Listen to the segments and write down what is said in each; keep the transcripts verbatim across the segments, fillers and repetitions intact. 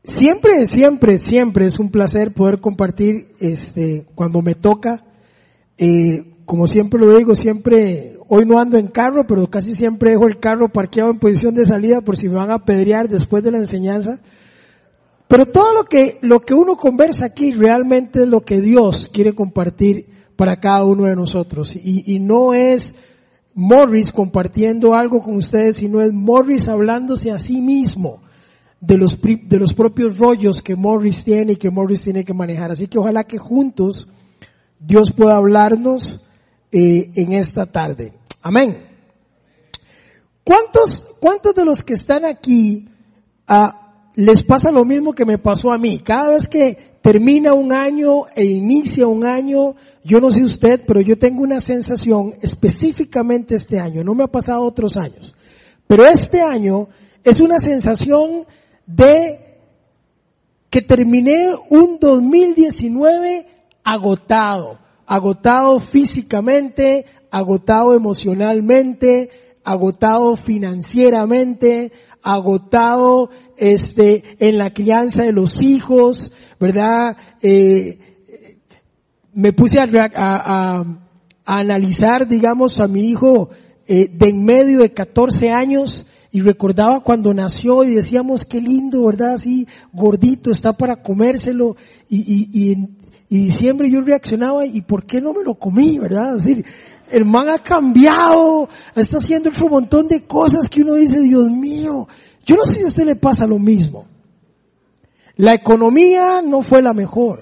Siempre, siempre, siempre es un placer poder compartir este cuando me toca. Eh, como siempre lo digo, siempre, hoy no ando en carro, pero casi siempre dejo el carro parqueado en posición de salida por si me van a apedrear después de la enseñanza. Pero todo lo que, lo que uno conversa aquí realmente es lo que Dios quiere compartir para cada uno de nosotros. Y, y no es Morris compartiendo algo con ustedes, sino es Morris hablándose a sí mismo de los, de los propios rollos que Morris tiene y que Morris tiene que manejar. Así que ojalá que juntos Dios pueda hablarnos eh, en esta tarde. Amén. ¿Cuántos, cuántos de los que están aquí ah, les pasa lo mismo que me pasó a mí? Cada vez que termina un año e inicia un año, yo no sé usted, pero yo tengo una sensación específicamente este año, no me ha pasado otros años, pero este año es una sensación de que terminé un dos mil diecinueve agotado, agotado físicamente, agotado emocionalmente, agotado financieramente, agotado este en la crianza de los hijos, ¿verdad? Eh, me puse a, a, a, a analizar, digamos, a mi hijo eh, de en medio de catorce años y recordaba cuando nació y decíamos qué lindo, ¿verdad? Así gordito, está para comérselo y, y, y en y diciembre yo reaccionaba y ¿por qué no me lo comí, verdad? Es decir, el man ha cambiado, está haciendo otro montón de cosas que uno dice, Dios mío, yo no sé si a usted le pasa lo mismo. La economía no fue la mejor.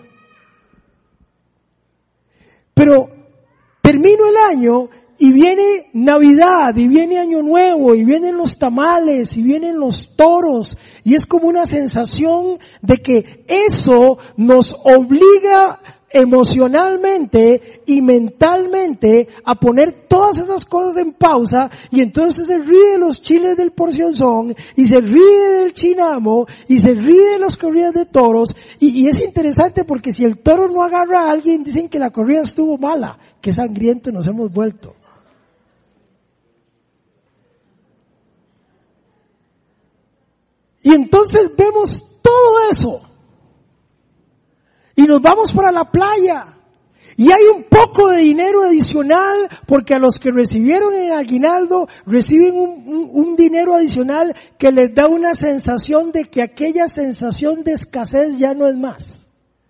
Pero termino el año y viene Navidad, y viene Año Nuevo, y vienen los tamales, y vienen los toros, y es como una sensación de que eso nos obliga emocionalmente y mentalmente a poner todas esas cosas en pausa, y entonces se ríe de los chiles del porcionzón, y se ríe del chinamo, y se ríe de las corridas de toros, y, y es interesante porque si el toro no agarra a alguien, dicen que la corrida estuvo mala, qué sangriento nos hemos vuelto. Y entonces vemos todo eso. Y nos vamos para la playa. Y hay un poco de dinero adicional porque a los que recibieron el aguinaldo reciben un, un, un dinero adicional que les da una sensación de que aquella sensación de escasez ya no es más.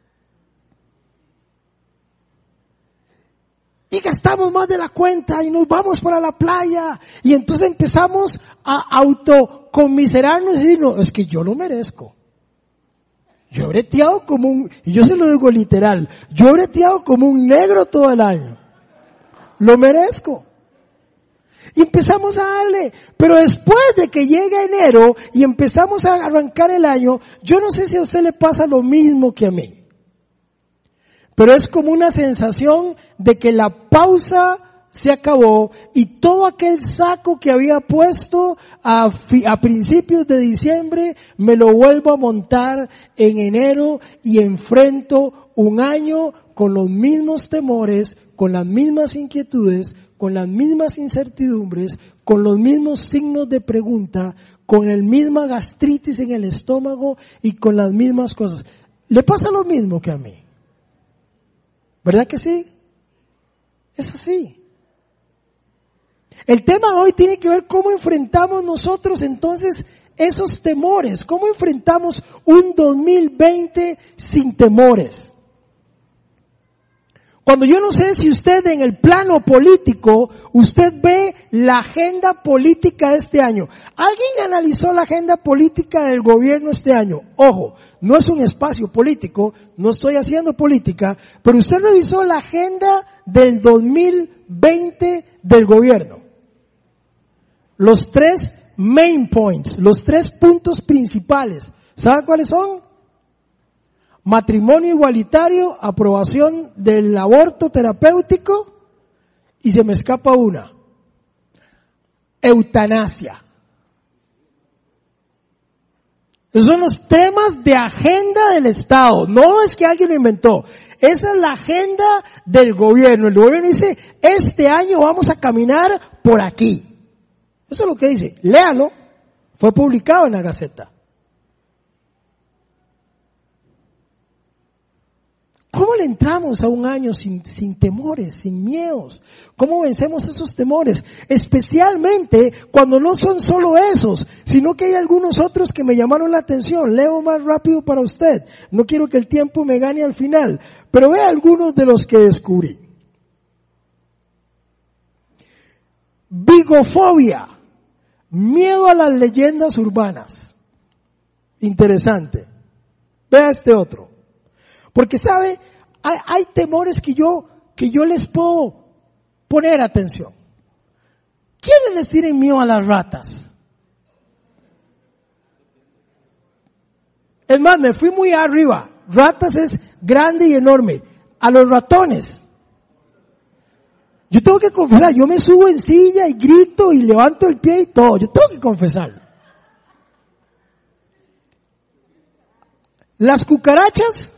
Y gastamos más de la cuenta y nos vamos para la playa y entonces empezamos a autoconmiserarnos y decir, no, es que yo lo merezco. Yo he breteado como un, y yo se lo digo literal, yo he breteado como un negro todo el año. Lo merezco. Y empezamos a darle, pero después de que llega enero y empezamos a arrancar el año, yo no sé si a usted le pasa lo mismo que a mí. Pero es como una sensación de que la pausa se acabó y todo aquel saco que había puesto a, fi, a principios de diciembre me lo vuelvo a montar en enero y enfrento un año con los mismos temores, con las mismas inquietudes, con las mismas incertidumbres, con los mismos signos de pregunta, con el misma gastritis en el estómago y con las mismas cosas. ¿Le pasa lo mismo que a mí? ¿Verdad que sí? Es así. El tema hoy tiene que ver cómo enfrentamos nosotros entonces esos temores, cómo enfrentamos un dos mil veinte sin temores. Cuando yo no sé si usted en el plano político, usted ve la agenda política de este año. ¿Alguien analizó la agenda política del gobierno este año? Ojo, no es un espacio político, no estoy haciendo política, pero usted revisó la agenda del dos mil veinte del gobierno. Los tres main points, los tres puntos principales, ¿sabe cuáles son? Matrimonio igualitario, aprobación del aborto terapéutico y se me escapa una. Eutanasia. Esos son los temas de agenda del Estado. No es que alguien lo inventó. Esa es la agenda del gobierno. El gobierno dice, este año vamos a caminar por aquí. Eso es lo que dice. Léalo. Fue publicado en la Gaceta. ¿Cómo le entramos a un año sin, sin temores, sin miedos? ¿Cómo vencemos esos temores? Especialmente cuando no son solo esos, sino que hay algunos otros que me llamaron la atención. Leo más rápido para usted. No quiero que el tiempo me gane al final, pero vea algunos de los que descubrí. Bigofobia, miedo a las leyendas urbanas. Interesante. Vea este otro. Porque sabe, hay, hay temores que yo, que yo les puedo poner atención. ¿Quiénes les tienen miedo a las ratas? Es más, me fui muy arriba. Ratas es grande y enorme. A los ratones. Yo tengo que confesar, yo me subo en silla y grito y levanto el pie y todo. Yo tengo que confesarlo. Las cucarachas,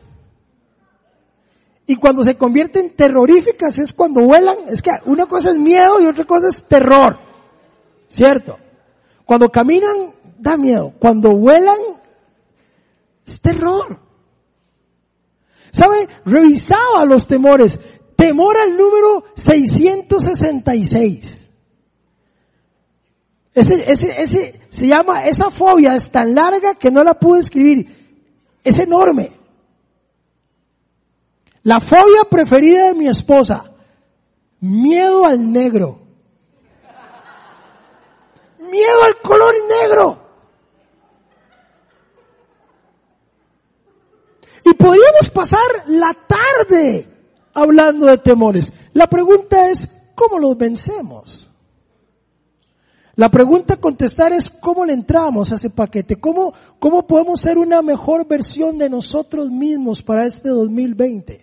y cuando se convierten terroríficas es cuando vuelan. Es que una cosa es miedo y otra cosa es terror. ¿Cierto? Cuando caminan da miedo. Cuando vuelan es terror. ¿Sabe? Revisaba los temores. Temor al número seiscientos sesenta y seis. Ese, ese, ese, se llama, esa fobia es tan larga que no la pude escribir. Es enorme. La fobia preferida de mi esposa, miedo al negro. Miedo al color negro. Y podríamos pasar la tarde hablando de temores. La pregunta es, ¿cómo los vencemos? La pregunta a contestar es, ¿cómo le entramos a ese paquete? ¿Cómo, cómo podemos ser una mejor versión de nosotros mismos para este dos mil veinte?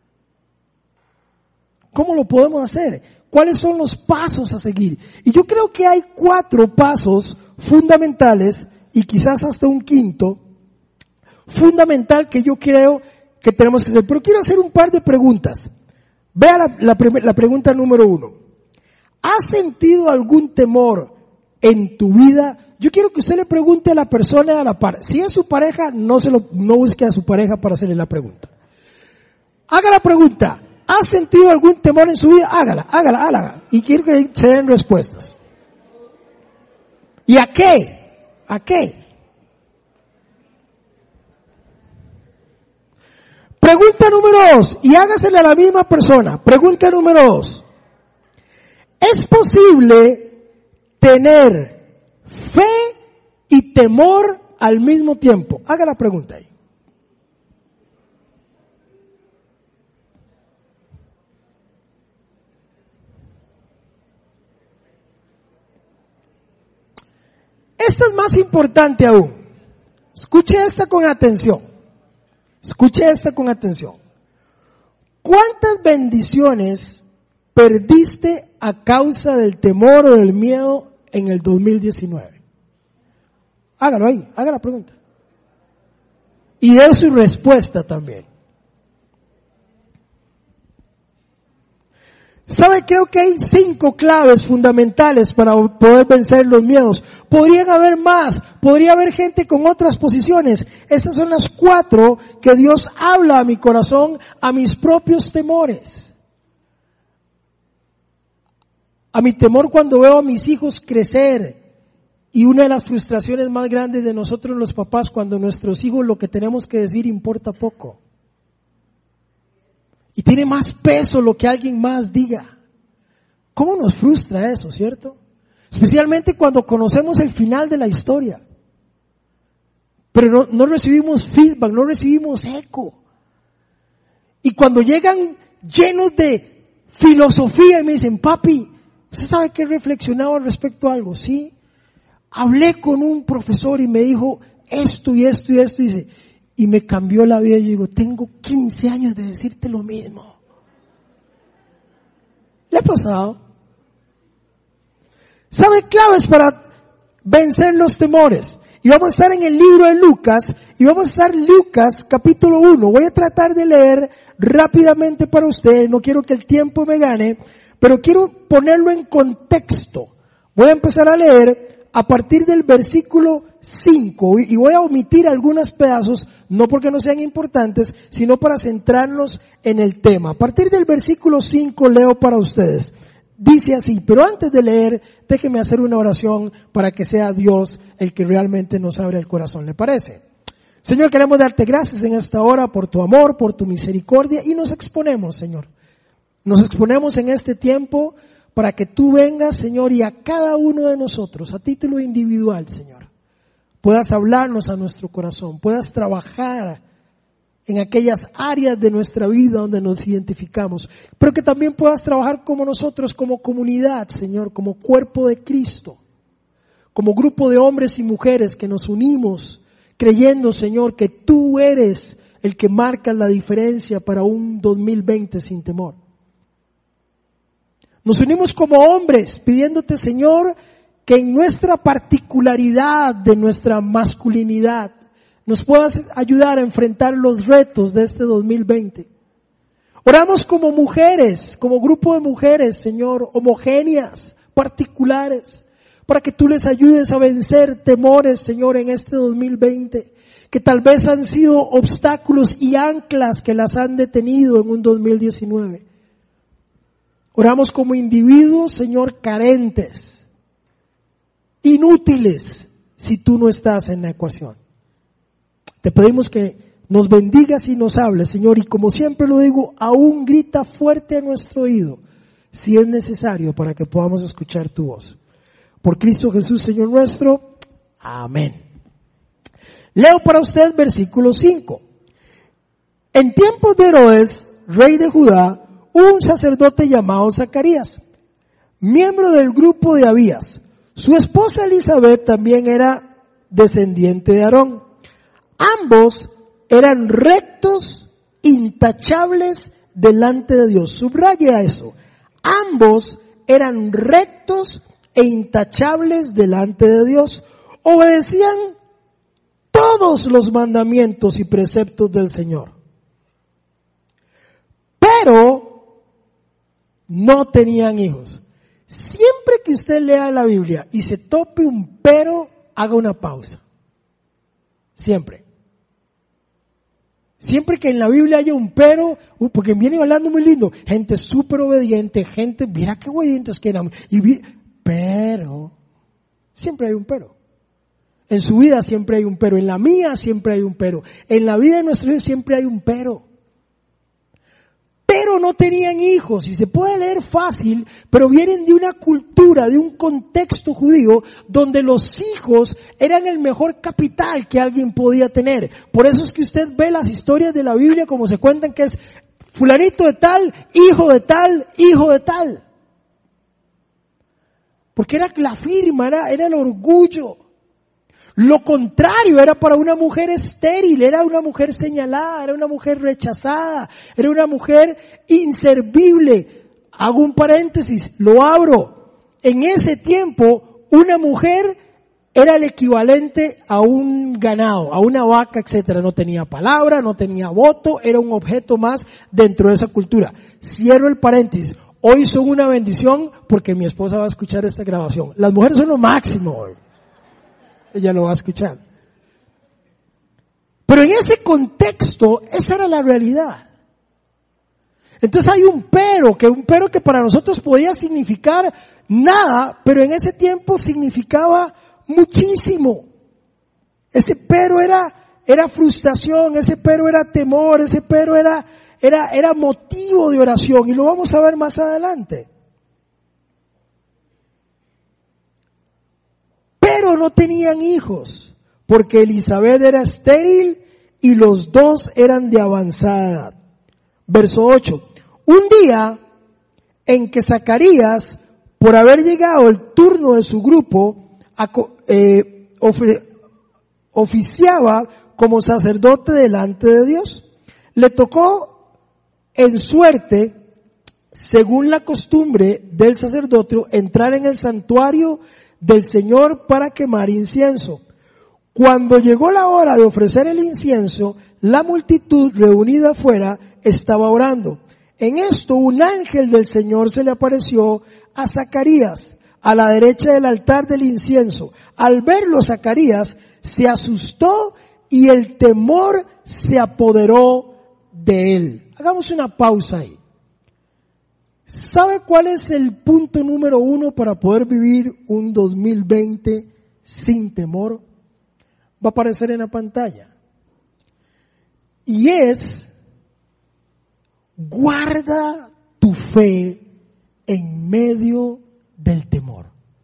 ¿Cómo lo podemos hacer? ¿Cuáles son los pasos a seguir? Y yo creo que hay cuatro pasos fundamentales, y quizás hasta un quinto, fundamental que yo creo que tenemos que hacer. Pero quiero hacer un par de preguntas. Vea la, la, la pregunta número uno. ¿Has sentido algún temor en tu vida? Yo quiero que usted le pregunte a la persona a la par. Si es su pareja, no se lo, no busque a su pareja para hacerle la pregunta. Haga la pregunta. ¿Has sentido algún temor en su vida? Hágala, hágala, hágala. Y quiero que se den respuestas. ¿Y a qué? ¿A qué? Pregunta número dos, y hágasela a la misma persona. Pregunta número dos. ¿Es posible tener fe y temor al mismo tiempo? Haga la pregunta ahí. Esta es más importante aún. Escuche esta con atención. Escuche esta con atención. ¿Cuántas bendiciones perdiste a causa del temor o del miedo en el dos mil diecinueve? Hágalo ahí, haga la pregunta. Y dé su respuesta también. ¿Sabe? Creo que hay cinco claves fundamentales para poder vencer los miedos. Podrían haber más, podría haber gente con otras posiciones. Estas son las cuatro que Dios habla a mi corazón, a mis propios temores. A mi temor cuando veo a mis hijos crecer. Y una de las frustraciones más grandes de nosotros los papás, cuando nuestros hijos lo que tenemos que decir importa poco. Y tiene más peso lo que alguien más diga. ¿Cómo nos frustra eso, cierto? Especialmente cuando conocemos el final de la historia. Pero no, no recibimos feedback, no recibimos eco. Y cuando llegan llenos de filosofía y me dicen, papi, ¿usted sabe que he reflexionado respecto a algo? Sí. Hablé con un profesor y me dijo esto y esto y esto y dice, y me cambió la vida. Y yo digo, tengo quince años de decirte lo mismo. ¿Le ha pasado? ¿Sabe claves para vencer los temores? Y vamos a estar en el libro de Lucas, y vamos a estar Lucas capítulo uno. Voy a tratar de leer rápidamente para ustedes, no quiero que el tiempo me gane, pero quiero ponerlo en contexto. Voy a empezar a leer a partir del versículo cinco, y voy a omitir algunos pedazos, no porque no sean importantes, sino para centrarnos en el tema. A partir del versículo cinco leo para ustedes. Dice así, pero antes de leer, déjeme hacer una oración para que sea Dios el que realmente nos abra el corazón, ¿le parece? Señor, queremos darte gracias en esta hora por tu amor, por tu misericordia, y nos exponemos, Señor. Nos exponemos en este tiempo para que tú vengas, Señor, y a cada uno de nosotros, a título individual, Señor, puedas hablarnos a nuestro corazón, puedas trabajar en aquellas áreas de nuestra vida donde nos identificamos, pero que también puedas trabajar como nosotros, como comunidad, Señor, como cuerpo de Cristo, como grupo de hombres y mujeres que nos unimos, creyendo, Señor, que tú eres el que marca la diferencia para un dos mil veinte sin temor. Nos unimos como hombres pidiéndote, Señor, que en nuestra particularidad de nuestra masculinidad nos puedas ayudar a enfrentar los retos de este dos mil veinte. Oramos como mujeres, como grupo de mujeres, Señor, homogéneas, particulares, para que tú les ayudes a vencer temores, Señor, en este dos mil veinte, que tal vez han sido obstáculos y anclas que las han detenido en un dos mil diecinueve. Oramos como individuos, Señor, carentes, inútiles, si tú no estás en la ecuación. Te pedimos que nos bendigas y nos hables, Señor, y como siempre lo digo, aún grita fuerte a nuestro oído, si es necesario, para que podamos escuchar tu voz. Por Cristo Jesús, Señor nuestro. Amén. Leo para usted versículo cinco. En tiempos de Herodes, rey de Judá, un sacerdote llamado Zacarías, miembro del grupo de Abías. Su esposa Elizabeth también era descendiente de Aarón. Ambos eran rectos, intachables delante de Dios. Subraya eso. Ambos eran rectos e intachables delante de Dios. Obedecían todos los mandamientos y preceptos del Señor. Pero no tenían hijos. Siempre que usted lea la Biblia y se tope un pero, haga una pausa. Siempre. Siempre que en la Biblia haya un pero, porque viene hablando muy lindo, gente súper obediente, gente, mira qué obedientes que eran, y vi, pero, siempre hay un pero. En su vida siempre hay un pero, en la mía siempre hay un pero, en la vida de nuestros hijos siempre hay un pero. Pero no tenían hijos, y se puede leer fácil, pero vienen de una cultura, de un contexto judío, donde los hijos eran el mejor capital que alguien podía tener. Por eso es que usted ve las historias de la Biblia como se cuentan, que es fulanito de tal, hijo de tal, hijo de tal. Porque era la firma, era, era el orgullo. Lo contrario era para una mujer estéril, era una mujer señalada, era una mujer rechazada, era una mujer inservible. Hago un paréntesis, lo abro. En ese tiempo, una mujer era el equivalente a un ganado, a una vaca, etcétera. No tenía palabra, no tenía voto, era un objeto más dentro de esa cultura. Cierro el paréntesis. Hoy son una bendición porque mi esposa va a escuchar esta grabación. Las mujeres son lo máximo hoy. Ella lo va a escuchar. Pero en ese contexto, esa era la realidad. Entonces hay un pero, que un pero que para nosotros podía significar nada, pero en ese tiempo significaba muchísimo. Ese pero era, era frustración, ese pero era temor, ese pero era, era, era motivo de oración, y lo vamos a ver más adelante. Pero no tenían hijos, porque Elizabeth era estéril y los dos eran de avanzada edad. Verso ocho. Un día en que Zacarías, por haber llegado el turno de su grupo, eh, oficiaba como sacerdote delante de Dios, le tocó en suerte, según la costumbre del sacerdote, entrar en el santuario del Señor para quemar incienso. Cuando llegó la hora de ofrecer el incienso, la multitud reunida afuera estaba orando. En esto un ángel del Señor se le apareció a Zacarías a la derecha del altar del incienso. Al verlo, Zacarías se asustó y el temor se apoderó de él. Hagamos una pausa ahí. ¿Sabe cuál es el punto número uno para poder vivir un dos mil veinte sin temor? Va a aparecer en la pantalla. Y es, guarda tu fe en medio del temor.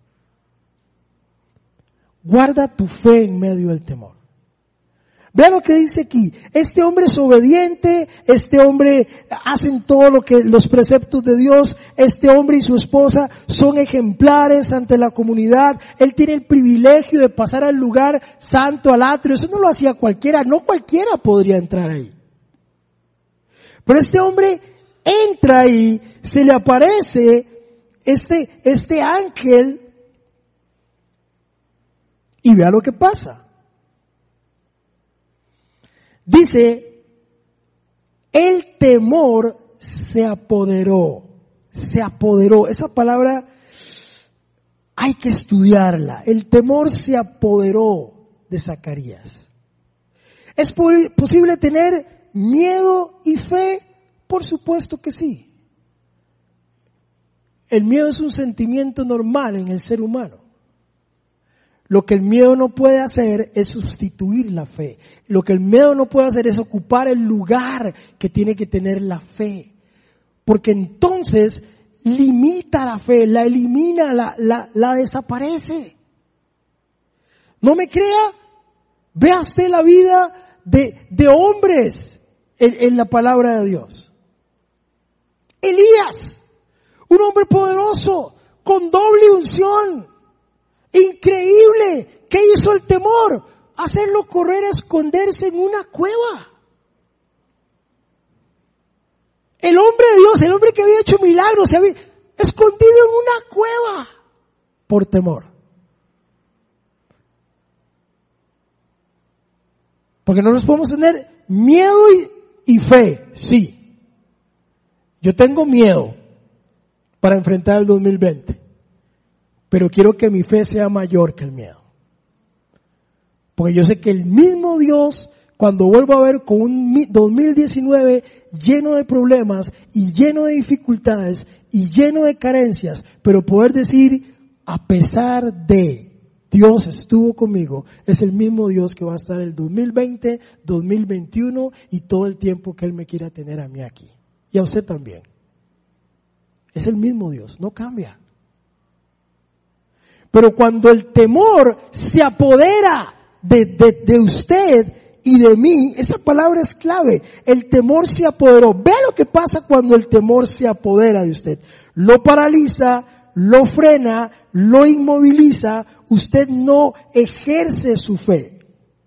Guarda tu fe en medio del temor. Vean lo que dice aquí. Este hombre es obediente, este hombre hacen todo lo que los preceptos de Dios, este hombre y su esposa son ejemplares ante la comunidad. Él tiene el privilegio de pasar al lugar santo, al atrio. Eso no lo hacía cualquiera, no cualquiera podría entrar ahí. Pero este hombre entra ahí, se le aparece este, este ángel y vea lo que pasa. Dice, el temor se apoderó, se apoderó. Esa palabra hay que estudiarla. El temor se apoderó de Zacarías. ¿Es posible tener miedo y fe? Por supuesto que sí. El miedo es un sentimiento normal en el ser humano. Lo que el miedo no puede hacer es sustituir la fe. Lo que el miedo no puede hacer es ocupar el lugar que tiene que tener la fe. Porque entonces limita la fe, la elimina, la, la, la desaparece. ¿No me crea? Vea usted la vida de, de hombres en, en la palabra de Dios. Elías, un hombre poderoso, con doble unción. Increíble. ¿Qué hizo el temor? Hacerlo correr a esconderse en una cueva. El hombre de Dios, el hombre que había hecho milagros, se había escondido en una cueva por temor. Porque no nos podemos tener miedo y, y fe. Sí. Yo tengo miedo para enfrentar el dos mil veinte. Pero quiero que mi fe sea mayor que el miedo. Porque yo sé que el mismo Dios, cuando vuelvo a ver con un dos mil diecinueve lleno de problemas y lleno de dificultades y lleno de carencias, pero poder decir, a pesar de Dios estuvo conmigo, es el mismo Dios que va a estar el dos mil veinte, dos mil veintiuno y todo el tiempo que Él me quiera tener a mí aquí. Y a usted también. Es el mismo Dios, no cambia. Pero cuando el temor se apodera de, de, de usted y de mí, esa palabra es clave. El temor se apoderó. Vea lo que pasa cuando el temor se apodera de usted. Lo paraliza, lo frena, lo inmoviliza. Usted no ejerce su fe.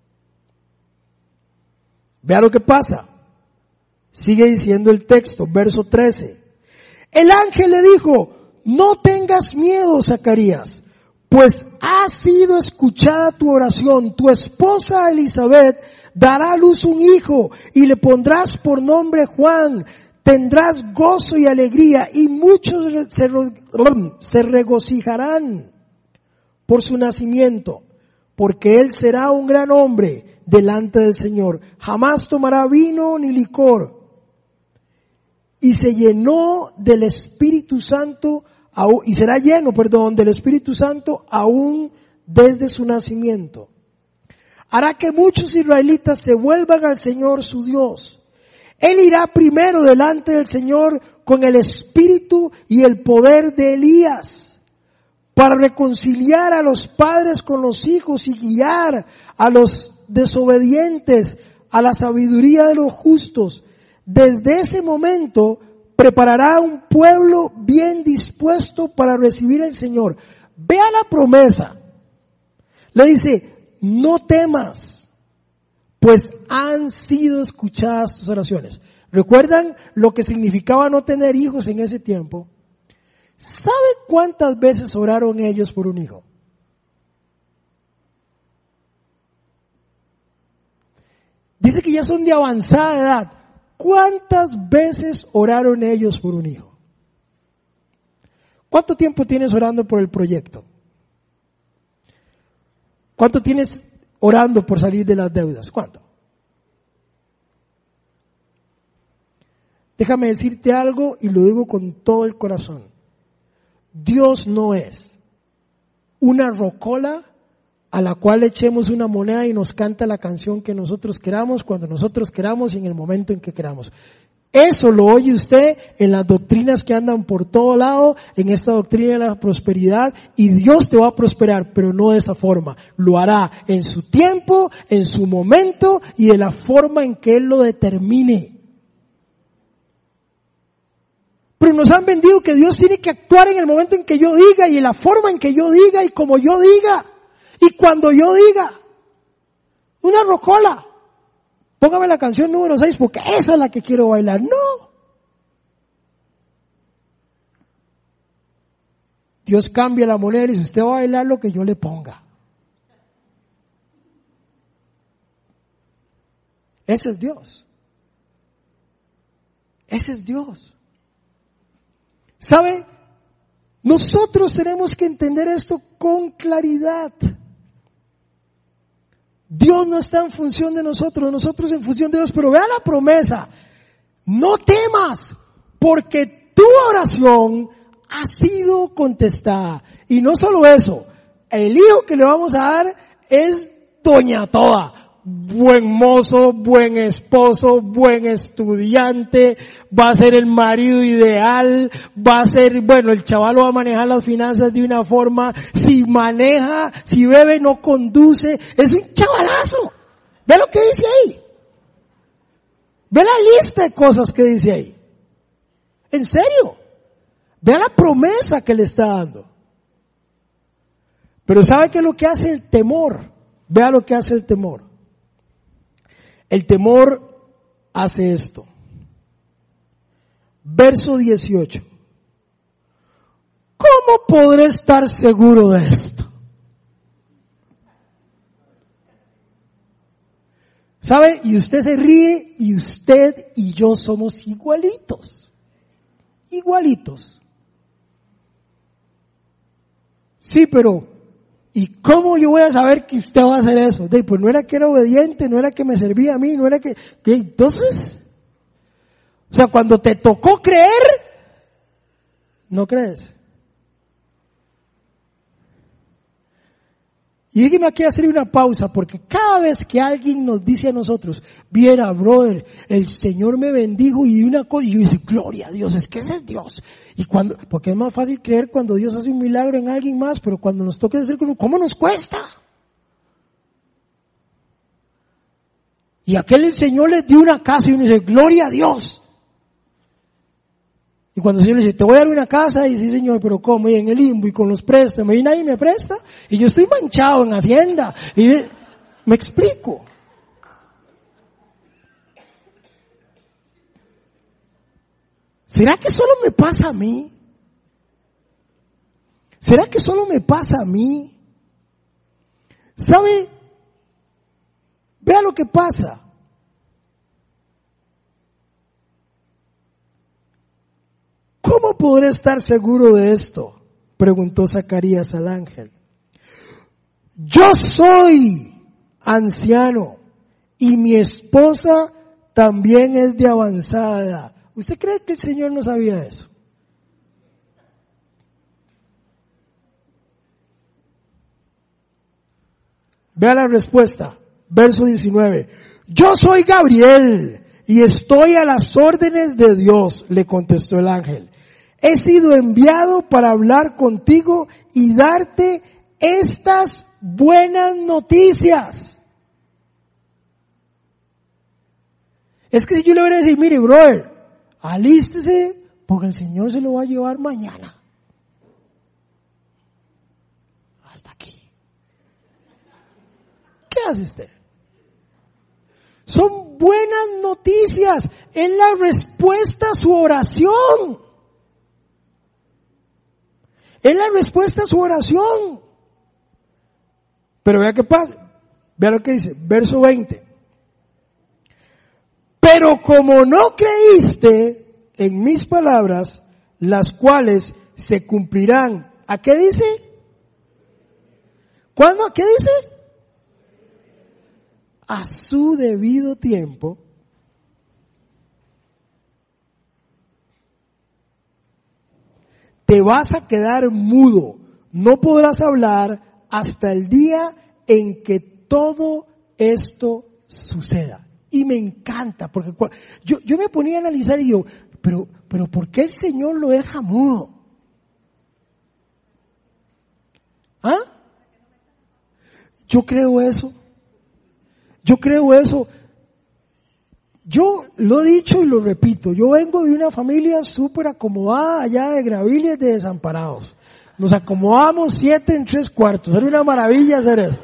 Vea lo que pasa. Sigue diciendo el texto, verso trece. El ángel le dijo, no tengas miedo, Zacarías, pues ha sido escuchada tu oración. Tu esposa Elizabeth dará a luz un hijo y le pondrás por nombre Juan. Tendrás gozo y alegría y muchos se, se regocijarán por su nacimiento, porque él será un gran hombre delante del Señor. Jamás tomará vino ni licor. Y se llenó del Espíritu Santo y será lleno, perdón, del Espíritu Santo aún desde su nacimiento. Hará que muchos israelitas se vuelvan al Señor su Dios. Él irá primero delante del Señor con el espíritu y el poder de Elías para reconciliar a los padres con los hijos y guiar a los desobedientes a la sabiduría de los justos. Desde ese momento preparará un pueblo bien dispuesto para recibir al Señor. Vea la promesa. Le dice, no temas, pues han sido escuchadas tus oraciones. ¿Recuerdan lo que significaba no tener hijos en ese tiempo? ¿Sabe cuántas veces oraron ellos por un hijo? Dice que ya son de avanzada edad. ¿Cuántas veces oraron ellos por un hijo? ¿Cuánto tiempo tienes orando por el proyecto? ¿Cuánto tienes orando por salir de las deudas? ¿Cuánto? Déjame decirte algo y lo digo con todo el corazón. Dios no es una rocola a la cual echemos una moneda y nos canta la canción que nosotros queramos, cuando nosotros queramos y en el momento en que queramos. Eso lo oye usted en las doctrinas que andan por todo lado, en esta doctrina de la prosperidad, y Dios te va a prosperar, pero no de esa forma. Lo hará en su tiempo, en su momento y de la forma en que Él lo determine. Pero nos han vendido que Dios tiene que actuar en el momento en que yo diga y en la forma en que yo diga y como yo diga y cuando yo diga. Una rocola. Póngame la canción número seis porque esa es la que quiero bailar. No. Dios cambia la moneda y dice, usted va a bailar lo que yo le ponga. Ese es Dios. Ese es Dios. ¿Sabe? Nosotros tenemos que entender esto con claridad. Dios no está en función de nosotros, nosotros en función de Dios, pero vea la promesa. No temas, porque tu oración ha sido contestada. Y no solo eso, el hijo que le vamos a dar es doña toda. Buen mozo, buen esposo, buen estudiante, va a ser el marido ideal, va a ser, bueno, el chaval va a manejar las finanzas de una forma, si maneja, si bebe no conduce, es un chavalazo. Ve lo que dice ahí. Ve la lista de cosas que dice ahí. En serio. Vea la promesa que le está dando. Pero ¿sabe qué es lo que hace el temor? Vea lo que hace el temor. El temor hace esto. Verso dieciocho. ¿Cómo podré estar seguro de esto? ¿Sabe? Y usted se ríe y usted y yo somos igualitos. Igualitos. Sí, pero ¿y cómo yo voy a saber que usted va a hacer eso? De, pues no era que era obediente, no era que me servía a mí, no era que, que... Entonces, o sea, cuando te tocó creer, no crees. Y dígame aquí a hacer una pausa, porque cada vez que alguien nos dice a nosotros, viera, brother, el Señor me bendijo y una cosa, y yo dice, gloria a Dios, es que ese es Dios. Y cuando, porque es más fácil creer cuando Dios hace un milagro en alguien más, pero cuando nos toca hacer, ¿cómo nos cuesta? Y aquel el Señor les dio una casa y uno dice, gloria a Dios. Y cuando el Señor le dice, te voy a dar una casa, y dice, sí, Señor, pero ¿cómo? Y en el limbo y con los préstamos, y nadie me presta, y yo estoy manchado en Hacienda, y me explico. ¿Será que solo me pasa a mí? ¿Será que solo me pasa a mí? ¿Sabe? Vea lo que pasa. ¿Cómo podré estar seguro de esto? Preguntó Zacarías al ángel. Yo soy anciano y mi esposa también es de avanzada edad. ¿Usted cree que el Señor no sabía eso? Vea la respuesta, verso diecinueve. Yo soy Gabriel y estoy a las órdenes de Dios, le contestó el ángel. He sido enviado para hablar contigo y darte estas buenas noticias. Es que si yo le voy a decir, mire, brother, alístese porque el Señor se lo va a llevar mañana. Hasta aquí. ¿Qué hace usted? Son buenas noticias. Es la respuesta a su oración. Es la respuesta a su oración. Pero vea qué pasa. Vea lo que dice, verso veinte. Pero como no creíste en mis palabras, las cuales se cumplirán. ¿A qué dice? ¿Cuándo? ¿A qué dice? A su debido tiempo. Te vas a quedar mudo, no podrás hablar hasta el día en que todo esto suceda. Y me encanta, porque yo, yo me ponía a analizar y yo, pero, pero ¿por qué el Señor lo deja mudo? ¿Ah? Yo creo eso. Yo creo eso. Yo lo he dicho y lo repito, yo vengo de una familia súper acomodada allá de Graviles de Desamparados. Nos acomodamos siete en tres cuartos, era una maravilla hacer eso.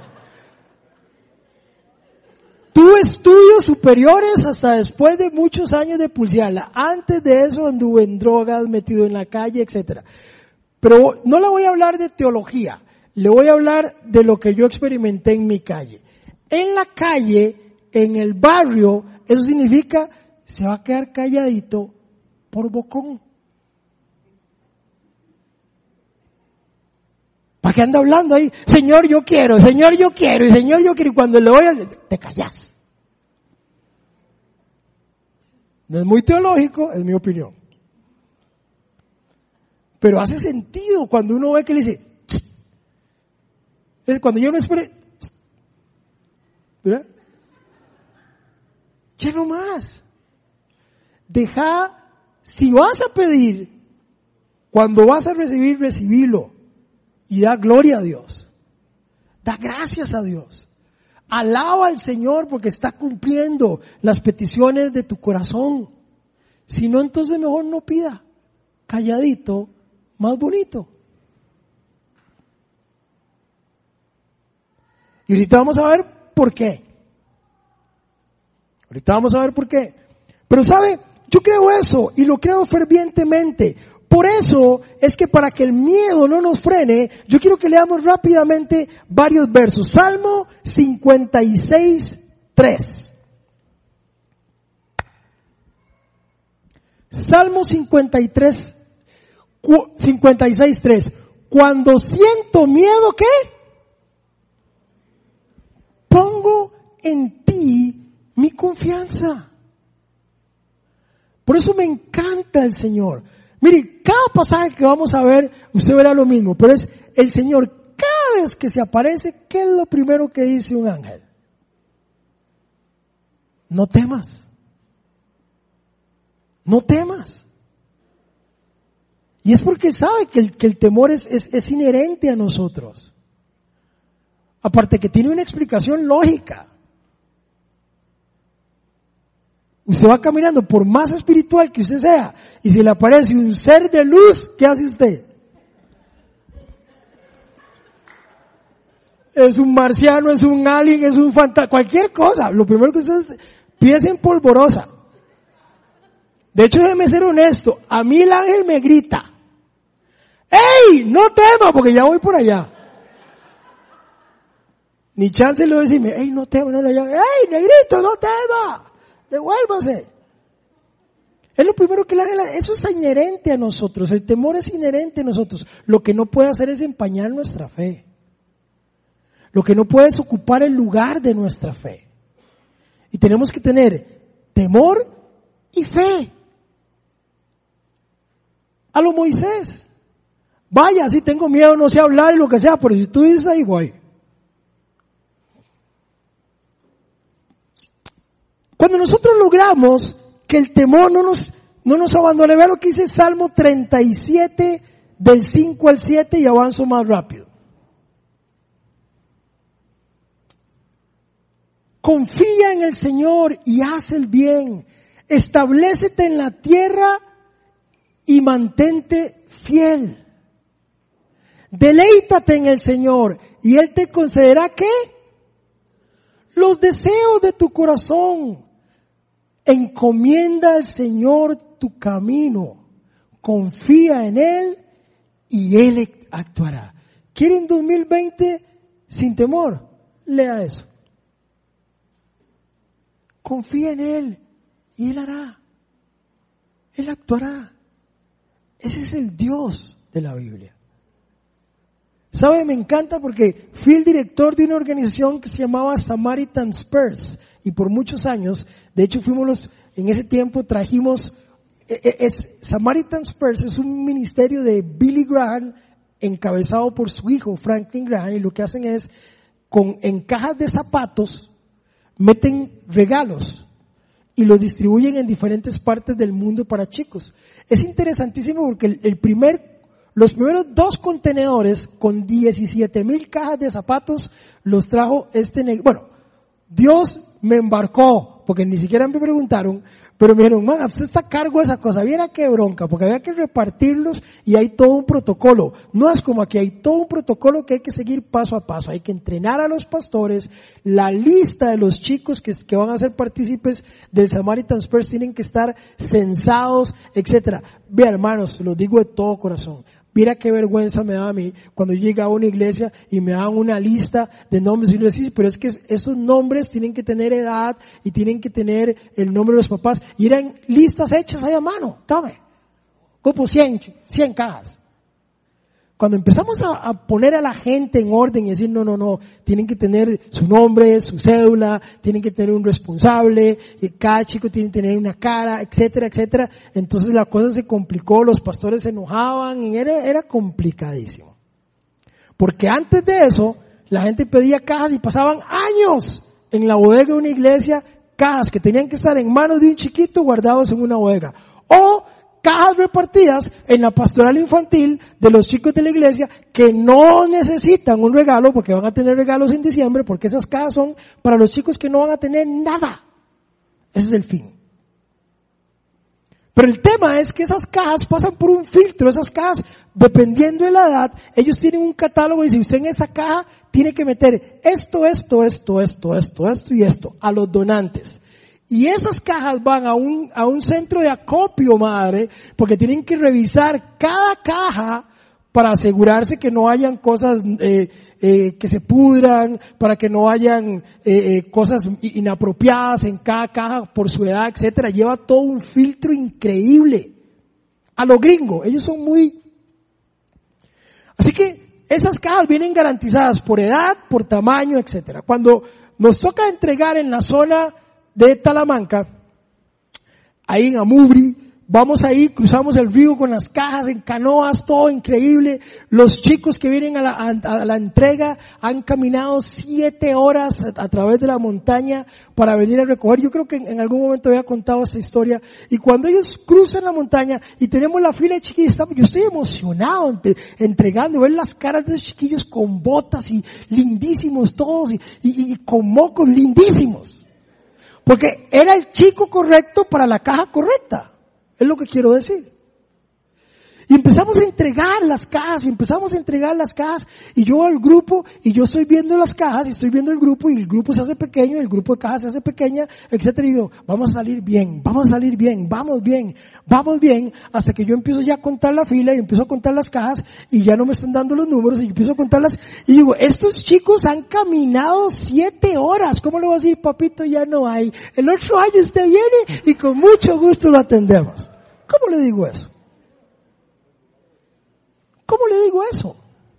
Tuve estudios superiores hasta después de muchos años de pulsearla. Antes de eso anduve en drogas, metido en la calle, etcétera. Pero no le voy a hablar de teología, le voy a hablar de lo que yo experimenté en mi calle. En la calle, en el barrio, eso significa, se va a quedar calladito por bocón. ¿Para qué anda hablando ahí? Señor, yo quiero, Señor, yo quiero, y Señor, yo quiero, y cuando le voy a... te callas. No es muy teológico, es mi opinión. Pero hace sentido cuando uno ve que le dice, es cuando yo no espere, ¿verdad? Ya no más. Deja, si vas a pedir, cuando vas a recibir, recibilo. Y da gloria a Dios. Da gracias a Dios. Alaba al Señor porque está cumpliendo las peticiones de tu corazón. Si no, entonces mejor no pida. Calladito, más bonito. Y ahorita vamos a ver por qué. Ahorita vamos a ver por qué. Pero sabe, yo creo eso y lo creo fervientemente. Por eso es que para que el miedo no nos frene, yo quiero que leamos rápidamente varios versos. Salmo cincuenta y seis, tres. Salmo cincuenta y tres, cincuenta y seis, tres. Cuando siento miedo, ¿qué? Pongo en ti mi confianza. Por eso me encanta el Señor. Mire, cada pasaje que vamos a ver, usted verá lo mismo, pero es el Señor, cada vez que se aparece, ¿qué es lo primero que dice un ángel? No temas. No temas. Y es porque sabe que el, que el temor es, es, es inherente a nosotros. Aparte que tiene una explicación lógica. Usted va caminando, por más espiritual que usted sea, y si le aparece un ser de luz, ¿qué hace usted? Es un marciano, es un alien, es un fantasma, cualquier cosa. Lo primero que usted es, piensa en polvorosa. De hecho, déjeme ser honesto, a mí el ángel me grita, ¡ey! No tema, porque ya voy por allá. Ni chance le voy a decirme, ¡ey! No tema, no le llame, ¡ey! Negrito, no tema! Devuélvase. Es lo primero que le haga. Eso es inherente a nosotros. El temor es inherente a nosotros. Lo que no puede hacer es empañar nuestra fe. Lo que no puede es ocupar el lugar de nuestra fe. Y tenemos que tener temor y fe. A lo Moisés. Vaya, si tengo miedo, no sé hablar y lo que sea, pero si tú dices ahí voy. Cuando nosotros logramos que el temor no nos, no nos abandone, vea lo que dice Salmo treinta y siete, del cinco al siete, y avanzo más rápido. Confía en el Señor y haz el bien. Establécete en la tierra y mantente fiel. Deleítate en el Señor y Él te concederá ¿qué? Los deseos de tu corazón. Encomienda al Señor tu camino. Confía en Él y Él actuará. ¿Quieren dos mil veinte sin temor? Lea eso. Confía en Él y Él hará. Él actuará. Ese es el Dios de la Biblia. ¿Sabe? Me encanta porque fui el director de una organización que se llamaba Samaritan Spurs y por muchos años, de hecho fuimos los, en ese tiempo trajimos, es, Samaritan Spurs es un ministerio de Billy Graham encabezado por su hijo Franklin Graham y lo que hacen es, con, en cajas de zapatos, meten regalos y los distribuyen en diferentes partes del mundo para chicos. Es interesantísimo porque el, el primer Los primeros dos contenedores con diecisiete mil cajas de zapatos los trajo este negocio. Bueno, Dios me embarcó, porque ni siquiera me preguntaron, pero me dijeron, man, usted está a cargo de esa cosa, viera qué bronca, porque había que repartirlos y hay todo un protocolo. No es como aquí, hay todo un protocolo que hay que seguir paso a paso. Hay que entrenar a los pastores, la lista de los chicos que, que van a ser partícipes del Samaritan Spurs tienen que estar censados, etcétera. Vean, hermanos, los digo de todo corazón. Mira qué vergüenza me daba a mí cuando yo llegaba a una iglesia y me daban una lista de nombres y yo decía, pero es que esos nombres tienen que tener edad y tienen que tener el nombre de los papás. Y eran listas hechas ahí a mano. Tome, como cien, cien cajas. Cuando empezamos a, a poner a la gente en orden y decir, no, no, no, tienen que tener su nombre, su cédula, tienen que tener un responsable, y cada chico tiene que tener una cara, etcétera, etcétera. Entonces la cosa se complicó, los pastores se enojaban y era, era complicadísimo. Porque antes de eso, la gente pedía cajas y pasaban años en la bodega de una iglesia, cajas que tenían que estar en manos de un chiquito guardados en una bodega. O cajas repartidas en la pastoral infantil de los chicos de la iglesia que no necesitan un regalo porque van a tener regalos en diciembre, porque esas cajas son para los chicos que no van a tener nada. Ese es el fin. Pero el tema es que esas cajas pasan por un filtro, esas cajas, dependiendo de la edad, ellos tienen un catálogo y si usted en esa caja tiene que meter esto, esto, esto, esto, esto, esto y esto a los donantes. Y esas cajas van a un, a un centro de acopio, madre, porque tienen que revisar cada caja para asegurarse que no hayan cosas eh, eh, que se pudran, para que no hayan eh, eh, cosas inapropiadas en cada caja por su edad, etcétera. Lleva todo un filtro increíble. A lo gringo, ellos son muy... Así que esas cajas vienen garantizadas por edad, por tamaño, etcétera. Cuando nos toca entregar en la zona de Talamanca, ahí en Amubri, vamos ahí, cruzamos el río con las cajas en canoas, todo increíble. Los chicos que vienen a la, a, a la entrega han caminado siete horas a, a través de la montaña para venir a recoger. Yo creo que en, en algún momento había contado esta historia. Y cuando ellos cruzan la montaña y tenemos la fila de chiquillos, yo estoy emocionado ent- entregando, ver las caras de los chiquillos con botas y lindísimos todos y, y, y con mocos lindísimos. Porque era el chico correcto para la caja correcta. Es lo que quiero decir. Y empezamos a entregar las cajas, y empezamos a entregar las cajas, y yo al grupo, y yo estoy viendo las cajas, y estoy viendo el grupo, y el grupo se hace pequeño, y el grupo de cajas se hace pequeña, etcétera, y digo, vamos a salir bien, vamos a salir bien, vamos bien, vamos bien, hasta que yo empiezo ya a contar la fila, y empiezo a contar las cajas, y ya no me están dando los números, y empiezo a contarlas, y digo, estos chicos han caminado siete horas, ¿cómo le voy a decir, papito, ya no hay? El otro año usted viene, y con mucho gusto lo atendemos. ¿Cómo le digo eso? ¿Cómo le digo eso?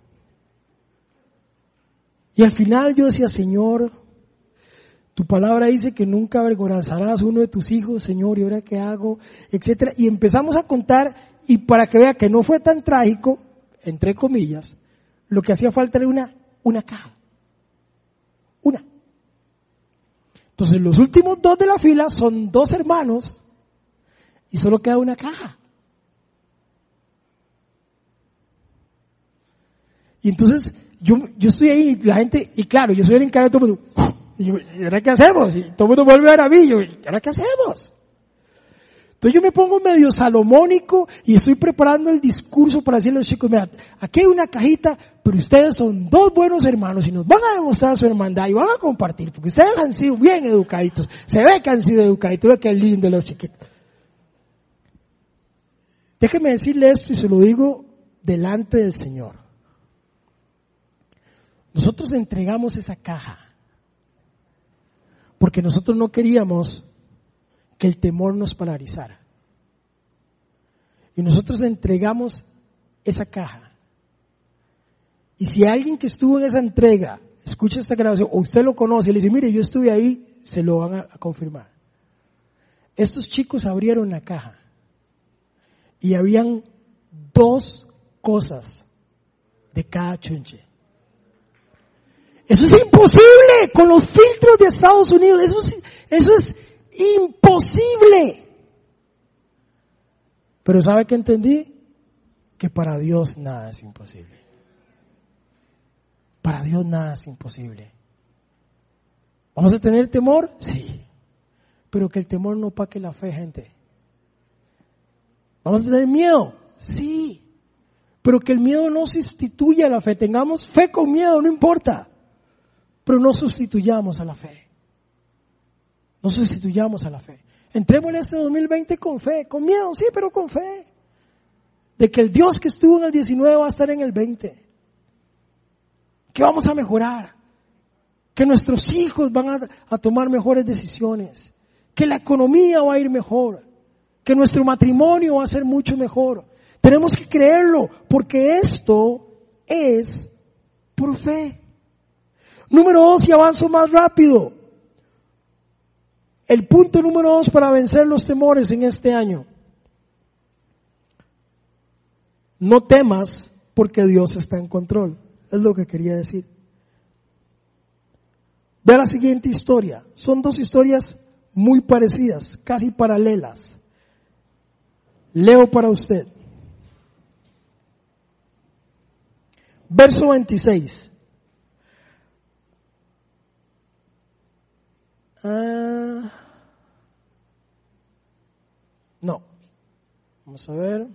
Y al final yo decía, Señor, tu palabra dice que nunca avergonzarás a uno de tus hijos, Señor, ¿y ahora qué hago? Etcétera. Y empezamos a contar, y para que vea que no fue tan trágico, entre comillas, lo que hacía falta era una, una caja. Una. Entonces los últimos dos de la fila son dos hermanos, y solo queda una caja. Y entonces, yo, yo estoy ahí, y la gente, y claro, yo soy el encargado de todo el mundo, y yo, ¿y ahora qué hacemos? Y todo el mundo vuelve a ver a mí, y yo, ¿y ahora qué hacemos? Entonces yo me pongo medio salomónico, y estoy preparando el discurso para decirle a los chicos, mira, aquí hay una cajita, pero ustedes son dos buenos hermanos, y nos van a demostrar su hermandad, y van a compartir, porque ustedes han sido bien educaditos, se ve que han sido educaditos, ve que lindo los chiquitos. Déjeme decirle esto, y se lo digo delante del Señor. Nosotros entregamos esa caja porque nosotros no queríamos que el temor nos paralizara. Y nosotros entregamos esa caja. Y si alguien que estuvo en esa entrega escucha esta grabación, o usted lo conoce y le dice, mire, yo estuve ahí, se lo van a, a confirmar. Estos chicos abrieron la caja y habían dos cosas de cada chunche. Eso es imposible con los filtros de Estados Unidos. Eso es, eso es imposible. Pero ¿sabe qué entendí? Que para Dios nada es imposible. Para Dios nada es imposible. ¿Vamos a tener temor? Sí. Pero que el temor no opaque la fe, gente. ¿Vamos a tener miedo? Sí. Pero que el miedo no sustituya a la fe. Tengamos fe con miedo, no importa. Pero no sustituyamos a la fe. No sustituyamos a la fe. Entremos en este dos mil veinte con fe, con miedo, sí, pero con fe. De que el Dios que estuvo en el diecinueve va a estar en el veinte. Que vamos a mejorar. Que nuestros hijos van a, a tomar mejores decisiones. Que la economía va a ir mejor. Que nuestro matrimonio va a ser mucho mejor. Tenemos que creerlo, porque esto es por fe. Número dos, y avanzo más rápido. El punto número dos para vencer los temores en este año. No temas porque Dios está en control. Es lo que quería decir. Vea la siguiente historia. Son dos historias muy parecidas, casi paralelas. Leo para usted. Verso veintiséis. Ah, no. Vamos a ver.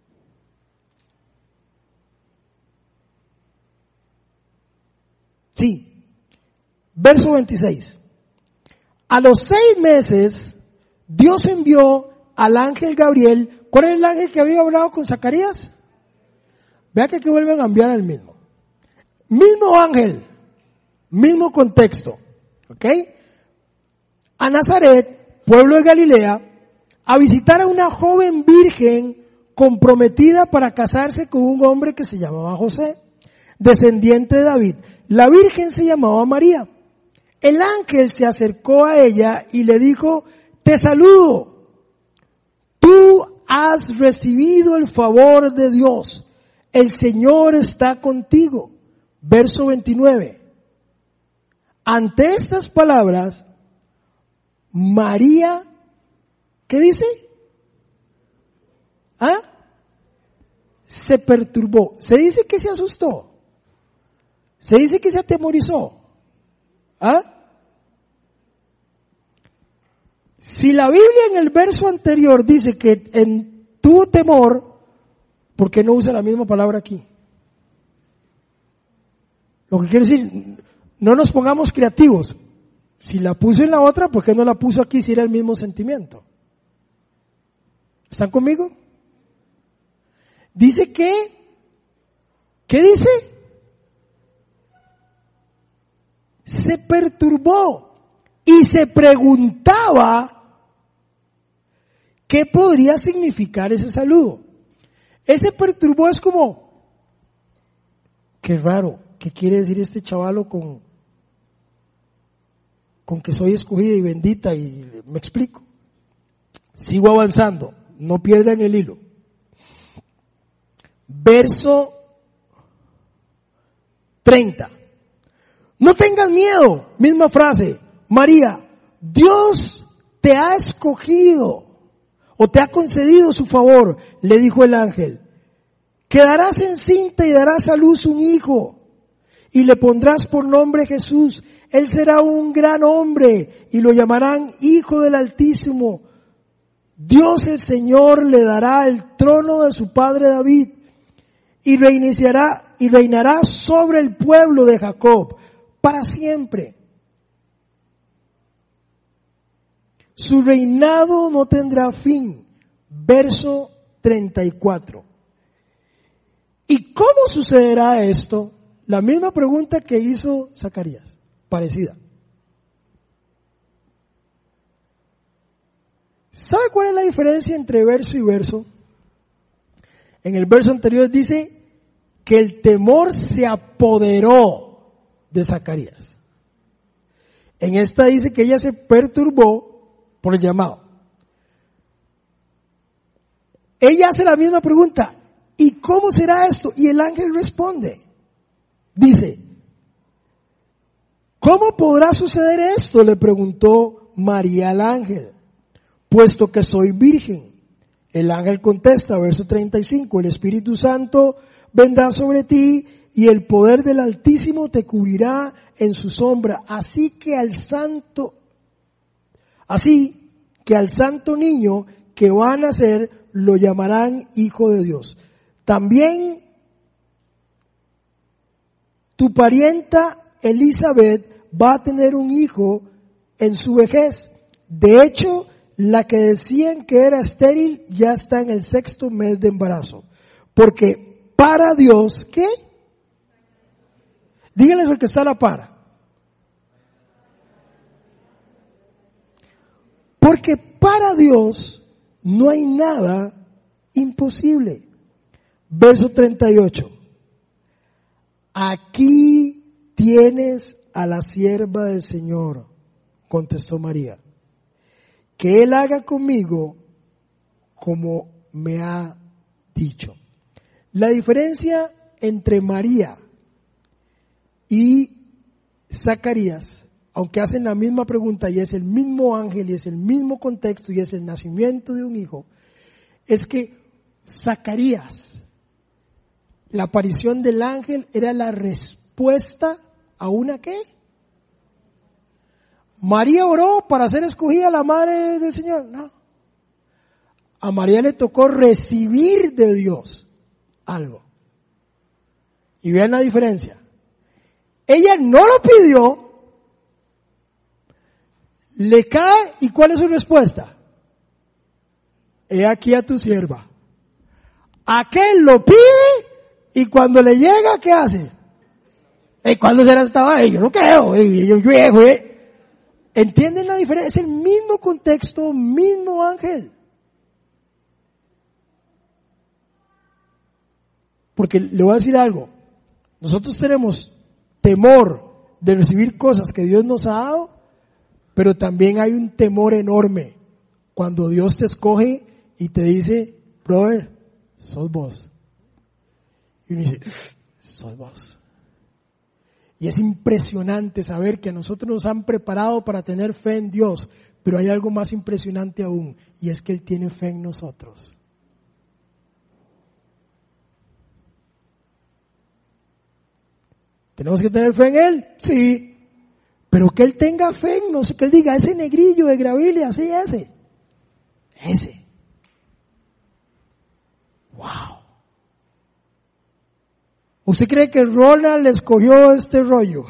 Sí. Verso veintiséis. A los seis meses, Dios envió al ángel Gabriel. ¿Cuál es el ángel que había hablado con Zacarías? Vea que aquí vuelven a enviar al mismo. Mismo ángel, mismo contexto. ¿Ok? A Nazaret, pueblo de Galilea, a visitar a una joven virgen comprometida para casarse con un hombre que se llamaba José, descendiente de David. La virgen se llamaba María. El ángel se acercó a ella y le dijo, te saludo, tú has recibido el favor de Dios, el Señor está contigo. Verso veintinueve. Ante estas palabras, María, ¿qué dice? ¿Ah? Se perturbó. Se dice que se asustó. Se dice que se atemorizó. ¿Ah? Si la Biblia en el verso anterior dice que en tu temor, ¿por qué no usa la misma palabra aquí? Lo que quiere decir, no nos pongamos creativos. Si la puso en la otra, ¿por qué no la puso aquí si era el mismo sentimiento? ¿Están conmigo? Dice que, ¿qué dice? Se perturbó y se preguntaba qué podría significar ese saludo. Ese perturbó es como, qué raro, ¿qué quiere decir este chavalo con, con que soy escogida y bendita? Y me explico. Sigo avanzando, no pierdan el hilo. Verso treinta. No tengas miedo, misma frase. María, Dios te ha escogido o te ha concedido su favor, le dijo el ángel. Quedarás encinta y darás a luz un hijo y le pondrás por nombre Jesús. Él será un gran hombre y lo llamarán Hijo del Altísimo. Dios el Señor le dará el trono de su padre David y reiniciará y reinará sobre el pueblo de Jacob para siempre. Su reinado no tendrá fin. Verso treinta y cuatro. ¿Y cómo sucederá esto? La misma pregunta que hizo Zacarías, parecida. ¿Sabe cuál es la diferencia entre verso y verso? En el verso anterior dice que el temor se apoderó de Zacarías. En esta dice que ella se perturbó por el llamado. Ella hace la misma pregunta, ¿y cómo será esto? Y el ángel responde, dice, ¿cómo podrá suceder esto?, le preguntó María al ángel, puesto que soy virgen. El ángel contesta, verso treinta y cinco, el Espíritu Santo vendrá sobre ti y el poder del Altísimo te cubrirá en su sombra. Así que al santo, así que al santo niño que va a nacer lo llamarán Hijo de Dios. También tu parienta Elizabeth va a tener un hijo en su vejez. De hecho, la que decían que era estéril ya está en el sexto mes de embarazo. Porque para Dios, ¿qué? Díganles al que está a la par. Porque para Dios no hay nada imposible. Verso treinta y ocho. Aquí tienes a la sierva del Señor, contestó María. Que Él haga conmigo como me ha dicho. La diferencia entre María y Zacarías, aunque hacen la misma pregunta y es el mismo ángel y es el mismo contexto y es el nacimiento de un hijo, es que Zacarías, la aparición del ángel era la respuesta a una ¿qué? María oró para ser escogida la madre del Señor. No. A María le tocó recibir de Dios algo. Y vean la diferencia. Ella no lo pidió, le cae, ¿y cuál es su respuesta? He aquí a tu sierva. Aquel lo pide y cuando le llega, ¿qué hace? ¿Y cuándo será esta vaina? Yo no creo, yo viejo, ¿eh? ¿Entienden la diferencia? Es el mismo contexto, mismo ángel. Porque le voy a decir algo. Nosotros tenemos temor de recibir cosas que Dios nos ha dado, pero también hay un temor enorme cuando Dios te escoge y te dice, brother, sos vos. Y uno dice, sos vos. Y es impresionante saber que a nosotros nos han preparado para tener fe en Dios, pero hay algo más impresionante aún, y es que Él tiene fe en nosotros. ¿Tenemos que tener fe en Él? Sí. Pero que Él tenga fe en nosotros, que Él diga, ese negrillo de Graville, así ese. Ese. Wow. ¿Usted cree que Ronald le escogió este rollo?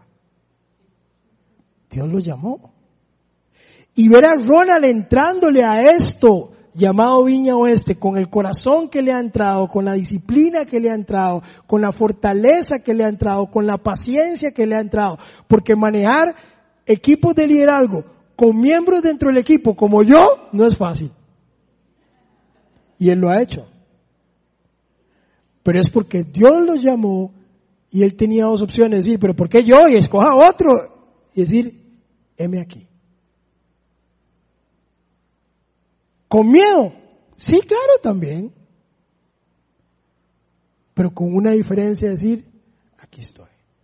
Dios lo llamó. Y ver a Ronald entrándole a esto llamado Viña Oeste, con el corazón que le ha entrado, con la disciplina que le ha entrado, con la fortaleza que le ha entrado, con la paciencia que le ha entrado, porque manejar equipos de liderazgo con miembros dentro del equipo como yo no es fácil. Y él lo ha hecho. Pero es porque Dios los llamó y él tenía dos opciones, decir, pero ¿por qué yo? Y escoja otro. Y decir, heme aquí. ¿Con miedo? Sí, claro, también. Pero con una diferencia, decir, aquí estoy.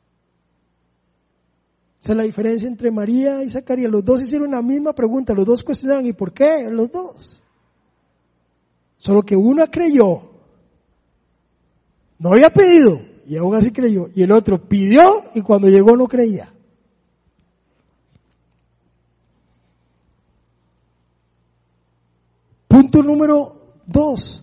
Esa es la diferencia entre María y Zacarías. Los dos hicieron la misma pregunta, los dos cuestionaron, ¿y por qué? Los dos. Solo que uno creyó, no había pedido, y aún así creyó. Y el otro pidió, y cuando llegó no creía. Punto número dos.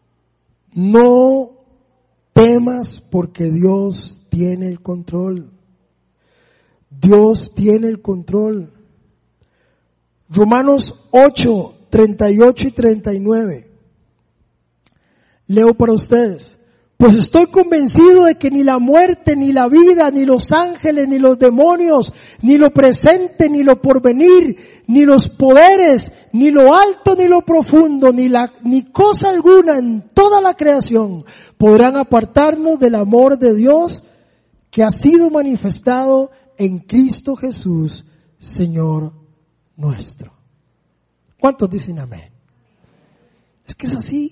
No temas porque Dios tiene el control. Dios tiene el control. Romanos ocho, treinta y ocho y treinta y nueve. Leo para ustedes. Pues estoy convencido de que ni la muerte, ni la vida, ni los ángeles, ni los demonios, ni lo presente, ni lo porvenir, ni los poderes, ni lo alto, ni lo profundo, ni la, ni cosa alguna en toda la creación podrán apartarnos del amor de Dios que ha sido manifestado en Cristo Jesús, Señor nuestro. ¿Cuántos dicen amén? Es que es así.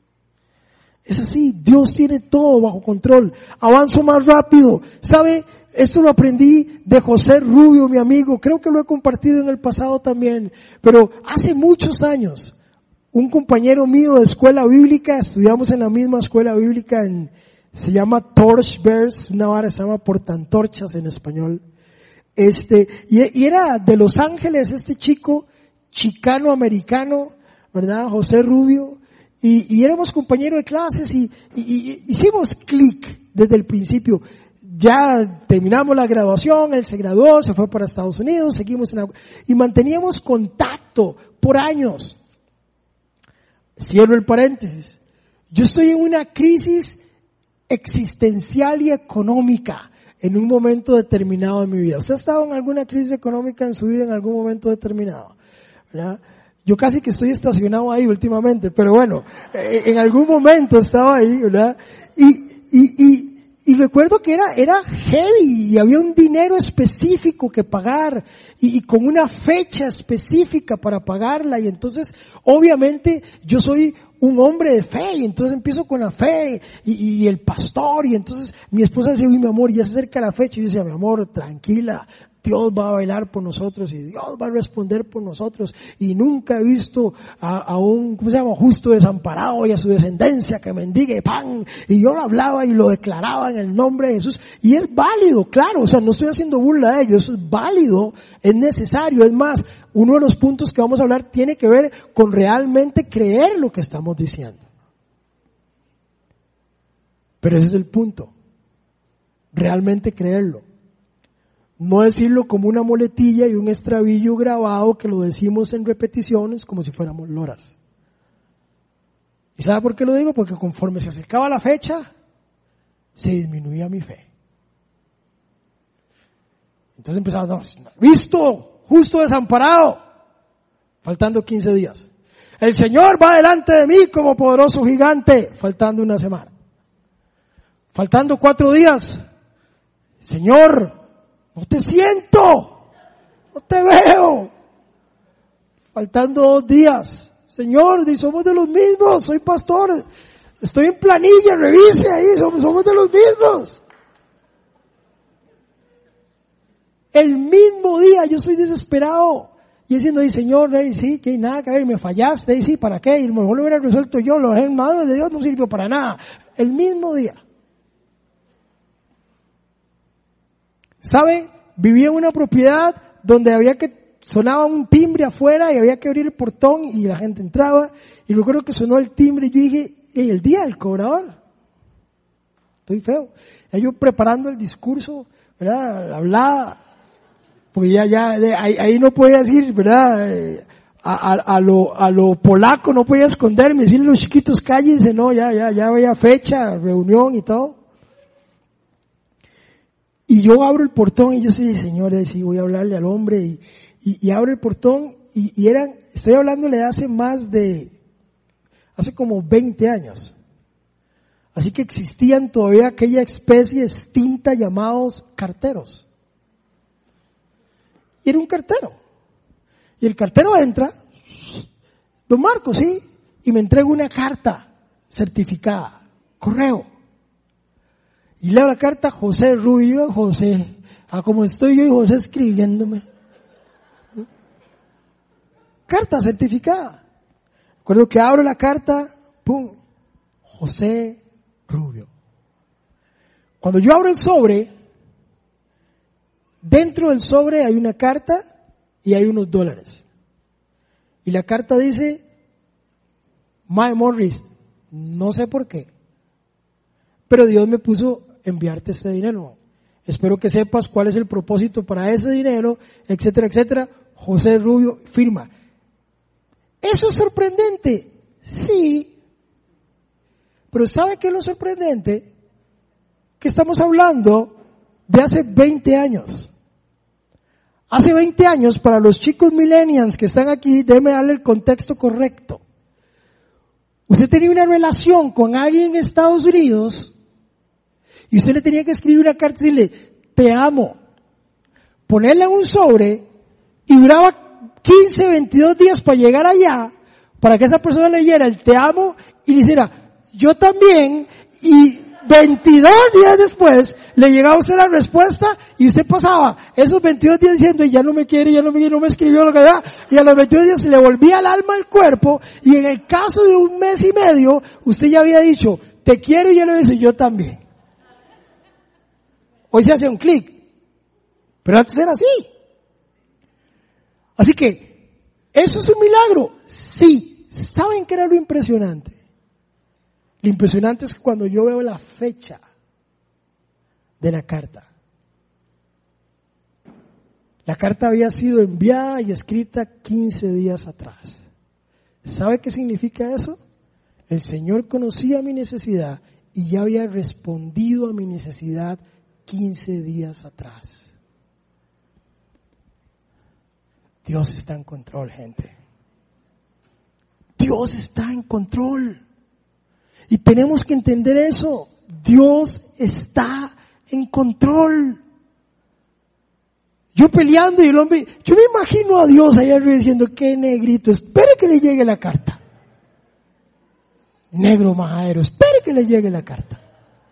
Es así, Dios tiene todo bajo control. Avanzo más rápido. ¿Sabe? Esto lo aprendí de José Rubio, mi amigo. Creo que lo he compartido en el pasado también. Pero hace muchos años, un compañero mío de escuela bíblica, estudiamos en la misma escuela bíblica, en, se llama Torchbearers, una vara se llama portantorchas en español. Este, y, y era de Los Ángeles, este chico, chicano-americano, ¿verdad? José Rubio. Y, y éramos compañeros de clases y, y, y hicimos clic desde el principio. Ya terminamos la graduación, él se graduó, se fue para Estados Unidos, seguimos en la, y manteníamos contacto por años. Cierro el paréntesis. Yo estoy en una crisis existencial y económica en un momento determinado de mi vida. ¿Usted ha estado en alguna crisis económica en su vida en algún momento determinado? ¿Verdad? Yo casi que estoy estacionado ahí últimamente, pero bueno, en algún momento estaba ahí, ¿verdad? Y, y, y, y recuerdo que era, era heavy y había un dinero específico que pagar y, y con una fecha específica para pagarla, y entonces obviamente yo soy un hombre de fe y entonces empiezo con la fe y, y el pastor, y entonces mi esposa decía, uy, mi amor, ya se acerca la fecha, y yo decía, mi amor, tranquila, Dios va a bailar por nosotros y Dios va a responder por nosotros, y nunca he visto a, a un, ¿cómo se llama?, justo desamparado y a su descendencia que mendigue pan, y yo lo hablaba y lo declaraba en el nombre de Jesús, y es válido, claro, o sea, no estoy haciendo burla de ello, eso es válido, es necesario, es más, uno de los puntos que vamos a hablar tiene que ver con realmente creer lo que estamos diciendo. Pero ese es el punto, realmente creerlo. No decirlo como una muletilla y un estrabillo grabado que lo decimos en repeticiones como si fuéramos loras. ¿Y sabe por qué lo digo? Porque conforme se acercaba la fecha, se disminuía mi fe. Entonces empezaba, no, visto, justo desamparado, faltando quince días. El Señor va delante de mí como poderoso gigante, faltando una semana. Faltando cuatro días, Señor, no te siento, no te veo. Faltando dos días, Señor, y somos de los mismos, soy pastor, estoy en planilla, revise ahí, somos, somos de los mismos. El mismo día yo soy desesperado y diciendo, ay, Señor, ay, sí, que hay nada que ver, me fallaste, ay, sí, ¿para qué? Y lo mejor lo hubiera resuelto yo, lo dejé en manos de Dios, no sirvió para nada. El mismo día. ¿Sabe? Vivía en una propiedad donde había que, sonaba un timbre afuera y había que abrir el portón y la gente entraba, y recuerdo que sonó el timbre y yo dije, hey, el día del cobrador. Estoy feo. Y yo preparando el discurso, ¿verdad? Hablaba, porque ya, ya, ahí, ahí no podía decir, ¿verdad? Eh, a, a, a lo, a lo polaco no podía esconderme, decirle a los chiquitos cállense, no, ya, ya, ya había fecha, reunión y todo. Y yo abro el portón y yo soy, señores, sí, voy a hablarle al hombre, y, y, y abro el portón y, y eran, estoy hablándole de hace más de, hace como veinte años. Así que existían todavía aquella especie extinta llamados carteros. Y era un cartero. Y el cartero entra, don Marcos, sí, y me entrega una carta certificada, correo. Y leo la carta, José Rubio, José, a como estoy yo y José escribiéndome. ¿No? Carta certificada. Recuerdo que abro la carta, pum, José Rubio. Cuando yo abro el sobre, dentro del sobre hay una carta y hay unos dólares. Y la carta dice, Mike Morris, no sé por qué, pero Dios me puso enviarte este dinero. Espero que sepas cuál es el propósito para ese dinero, etcétera, etcétera. José Rubio firma. ¿Eso es sorprendente? Sí. Pero ¿sabe qué es lo sorprendente? Que estamos hablando de hace veinte años. Hace veinte años, para los chicos millennials que están aquí, déjeme darle el contexto correcto. Usted tenía una relación con alguien en Estados Unidos y usted le tenía que escribir una carta y decirle, te amo. Ponerla en un sobre y duraba quince, veintidós días para llegar allá, para que esa persona leyera el te amo y le hiciera, yo también, y veintidós días después le llegaba a usted la respuesta y usted pasaba esos veintidós días diciendo ya no me quiere, ya no me quiere, no me escribió lo que era, y a los veintidós días se le volvía el alma al cuerpo y en el caso de un mes y medio usted ya había dicho te quiero y ya lo dice yo también. Hoy se hace un clic, pero antes era así. Así que eso es un milagro, sí. ¿Saben qué era lo impresionante? Lo impresionante es que cuando yo veo la fecha de la carta, la carta había sido enviada y escrita quince días atrás. ¿Sabe qué significa eso? El Señor conocía mi necesidad y ya había respondido a mi necesidad quince días atrás. Dios está en control, gente. Dios está en control. Y tenemos que entender eso. Dios está en control. Yo peleando y el hombre, yo me imagino a Dios allá arriba diciendo, qué negrito, espere que le llegue la carta. Negro majadero, espere que le llegue la carta.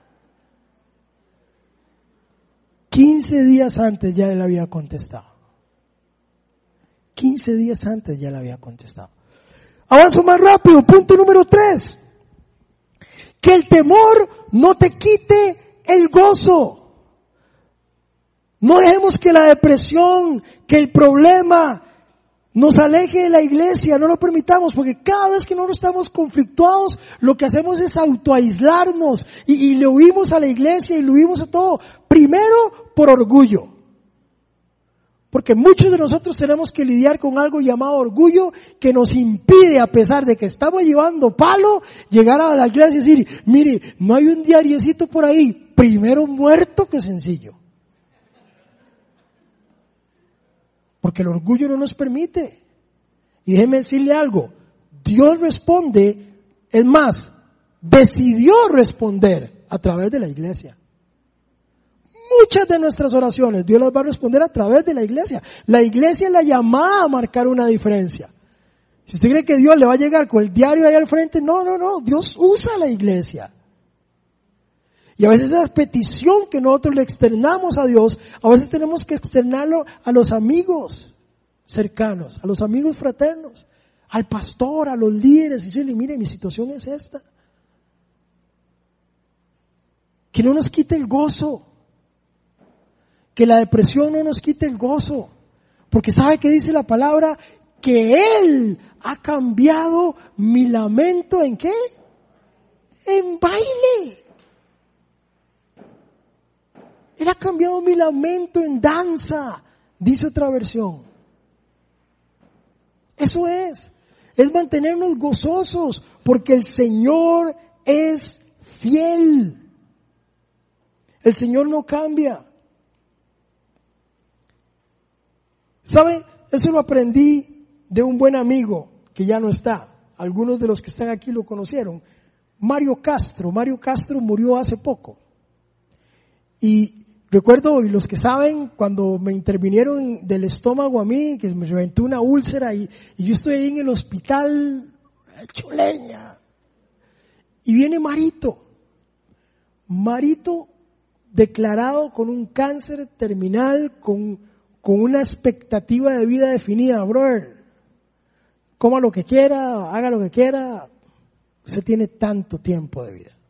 quince días antes ya le había contestado. quince días antes ya le había contestado. Avanzo más rápido, punto número tres. Que el temor no te quite el gozo. No dejemos que la depresión, que el problema nos aleje de la iglesia, no lo permitamos, porque cada vez que nosotros estamos conflictuados, lo que hacemos es autoaislarnos y, y le huimos a la iglesia y le huimos a todo. Primero, por orgullo. Porque muchos de nosotros tenemos que lidiar con algo llamado orgullo que nos impide, a pesar de que estamos llevando palo, llegar a la iglesia y decir, mire, no hay un diariecito por ahí, primero muerto que sencillo. Porque el orgullo no nos permite. Y déjeme decirle algo, Dios responde, es más, decidió responder a través de la iglesia. Muchas de nuestras oraciones Dios las va a responder a través de la iglesia. La iglesia es la llamada a marcar una diferencia. Si usted cree que Dios le va a llegar con el diario ahí al frente, no, no, no, Dios usa la iglesia. Y a veces esa petición que nosotros le externamos a Dios, a veces tenemos que externarlo a los amigos cercanos, a los amigos fraternos, al pastor, a los líderes, y decirle, mire, mi situación es esta. Que no nos quite el gozo. Que la depresión no nos quite el gozo. Porque ¿sabe qué dice la palabra? Que Él ha cambiado mi lamento ¿en qué? En baile. Él ha cambiado mi lamento en danza, dice otra versión. Eso es. Es mantenernos gozosos porque el Señor es fiel. El Señor no cambia. ¿Sabe? Eso lo aprendí de un buen amigo que ya no está. Algunos de los que están aquí lo conocieron. Mario Castro. Mario Castro murió hace poco. Y recuerdo, y los que saben, cuando me intervinieron del estómago a mí, que me reventó una úlcera y, y yo estoy ahí en el hospital, hecho leña. Y viene Marito. Marito declarado con un cáncer terminal, con con una expectativa de vida definida, brother. Coma lo que quiera, haga lo que quiera, usted tiene tanto tiempo de vida.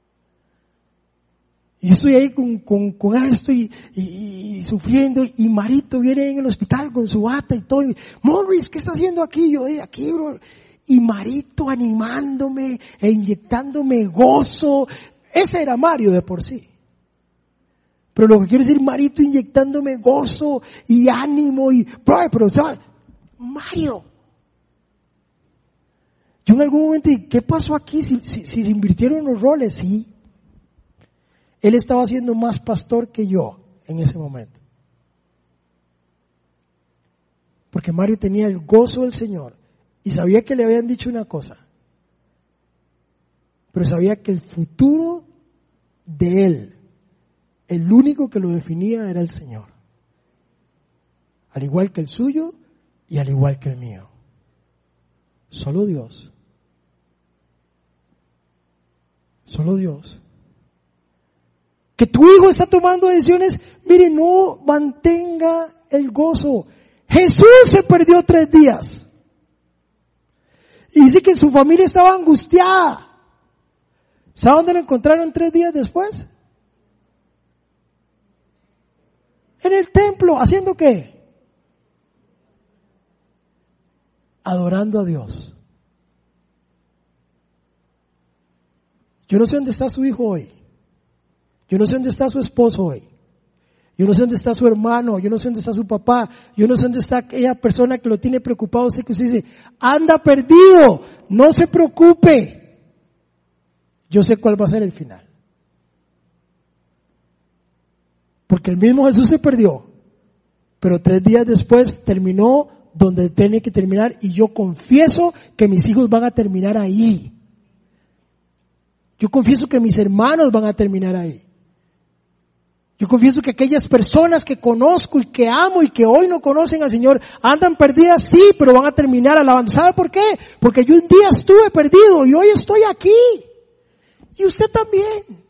Y yo estoy ahí con, con, con esto y, y, y sufriendo, y Marito viene en el hospital con su bata y todo, y Morris, ¿qué está haciendo aquí? Yo, eh, aquí, bro. Y Marito animándome e inyectándome gozo. Ese era Mario de por sí. Pero lo que quiero decir, Marito inyectándome gozo y ánimo y, bro, pero ¿sabes? Mario. Yo en algún momento dije, ¿qué pasó aquí? Si, si, si se invirtieron los roles, sí. Él estaba siendo más pastor que yo en ese momento. Porque Mario tenía el gozo del Señor y sabía que le habían dicho una cosa, pero sabía que el futuro de él, el único que lo definía era el Señor, al igual que el suyo y al igual que el mío. Solo Dios. Solo Dios. Que tu hijo está tomando decisiones, mire, no mantenga el gozo. Jesús se perdió tres días. Y dice que su familia estaba angustiada. ¿Sabe dónde lo encontraron tres días después? En el templo. ¿Haciendo qué? Adorando a Dios. Yo no sé dónde está su hijo hoy. Yo no sé dónde está su esposo hoy. Yo no sé dónde está su hermano. Yo no sé dónde está su papá. Yo no sé dónde está aquella persona que lo tiene preocupado. Sé que usted dice, anda perdido. No se preocupe. Yo sé cuál va a ser el final. Porque el mismo Jesús se perdió. Pero tres días después terminó donde tiene que terminar. Y yo confieso que mis hijos van a terminar ahí. Yo confieso que mis hermanos van a terminar ahí. Yo confieso que aquellas personas que conozco y que amo y que hoy no conocen al Señor andan perdidas, sí, pero van a terminar alabando. ¿Sabe por qué? Porque yo un día estuve perdido y hoy estoy aquí. Y usted también.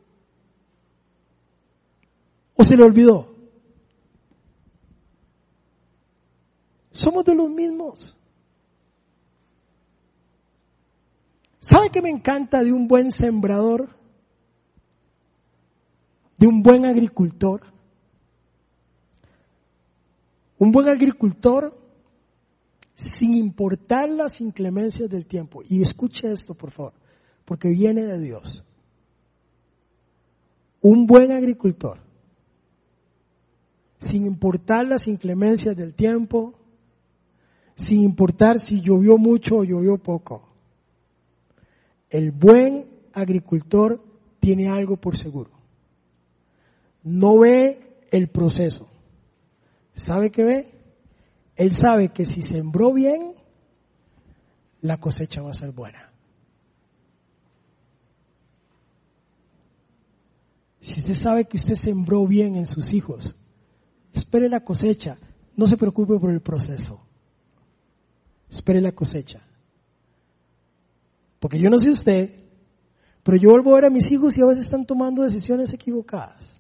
¿O se le olvidó? Somos de los mismos. ¿Sabe qué me encanta de un buen sembrador? De un buen agricultor. Un buen agricultor, sin importar las inclemencias del tiempo. Y escuche esto, por favor, porque viene de Dios. Un buen agricultor, sin importar las inclemencias del tiempo, sin importar si llovió mucho o llovió poco, el buen agricultor tiene algo por seguro. No ve el proceso. ¿Sabe qué ve? Él sabe que si sembró bien, la cosecha va a ser buena. Si usted sabe que usted sembró bien en sus hijos, espere la cosecha. No se preocupe por el proceso. Espere la cosecha. Porque yo no sé usted, pero yo vuelvo a ver a mis hijos y a veces están tomando decisiones equivocadas.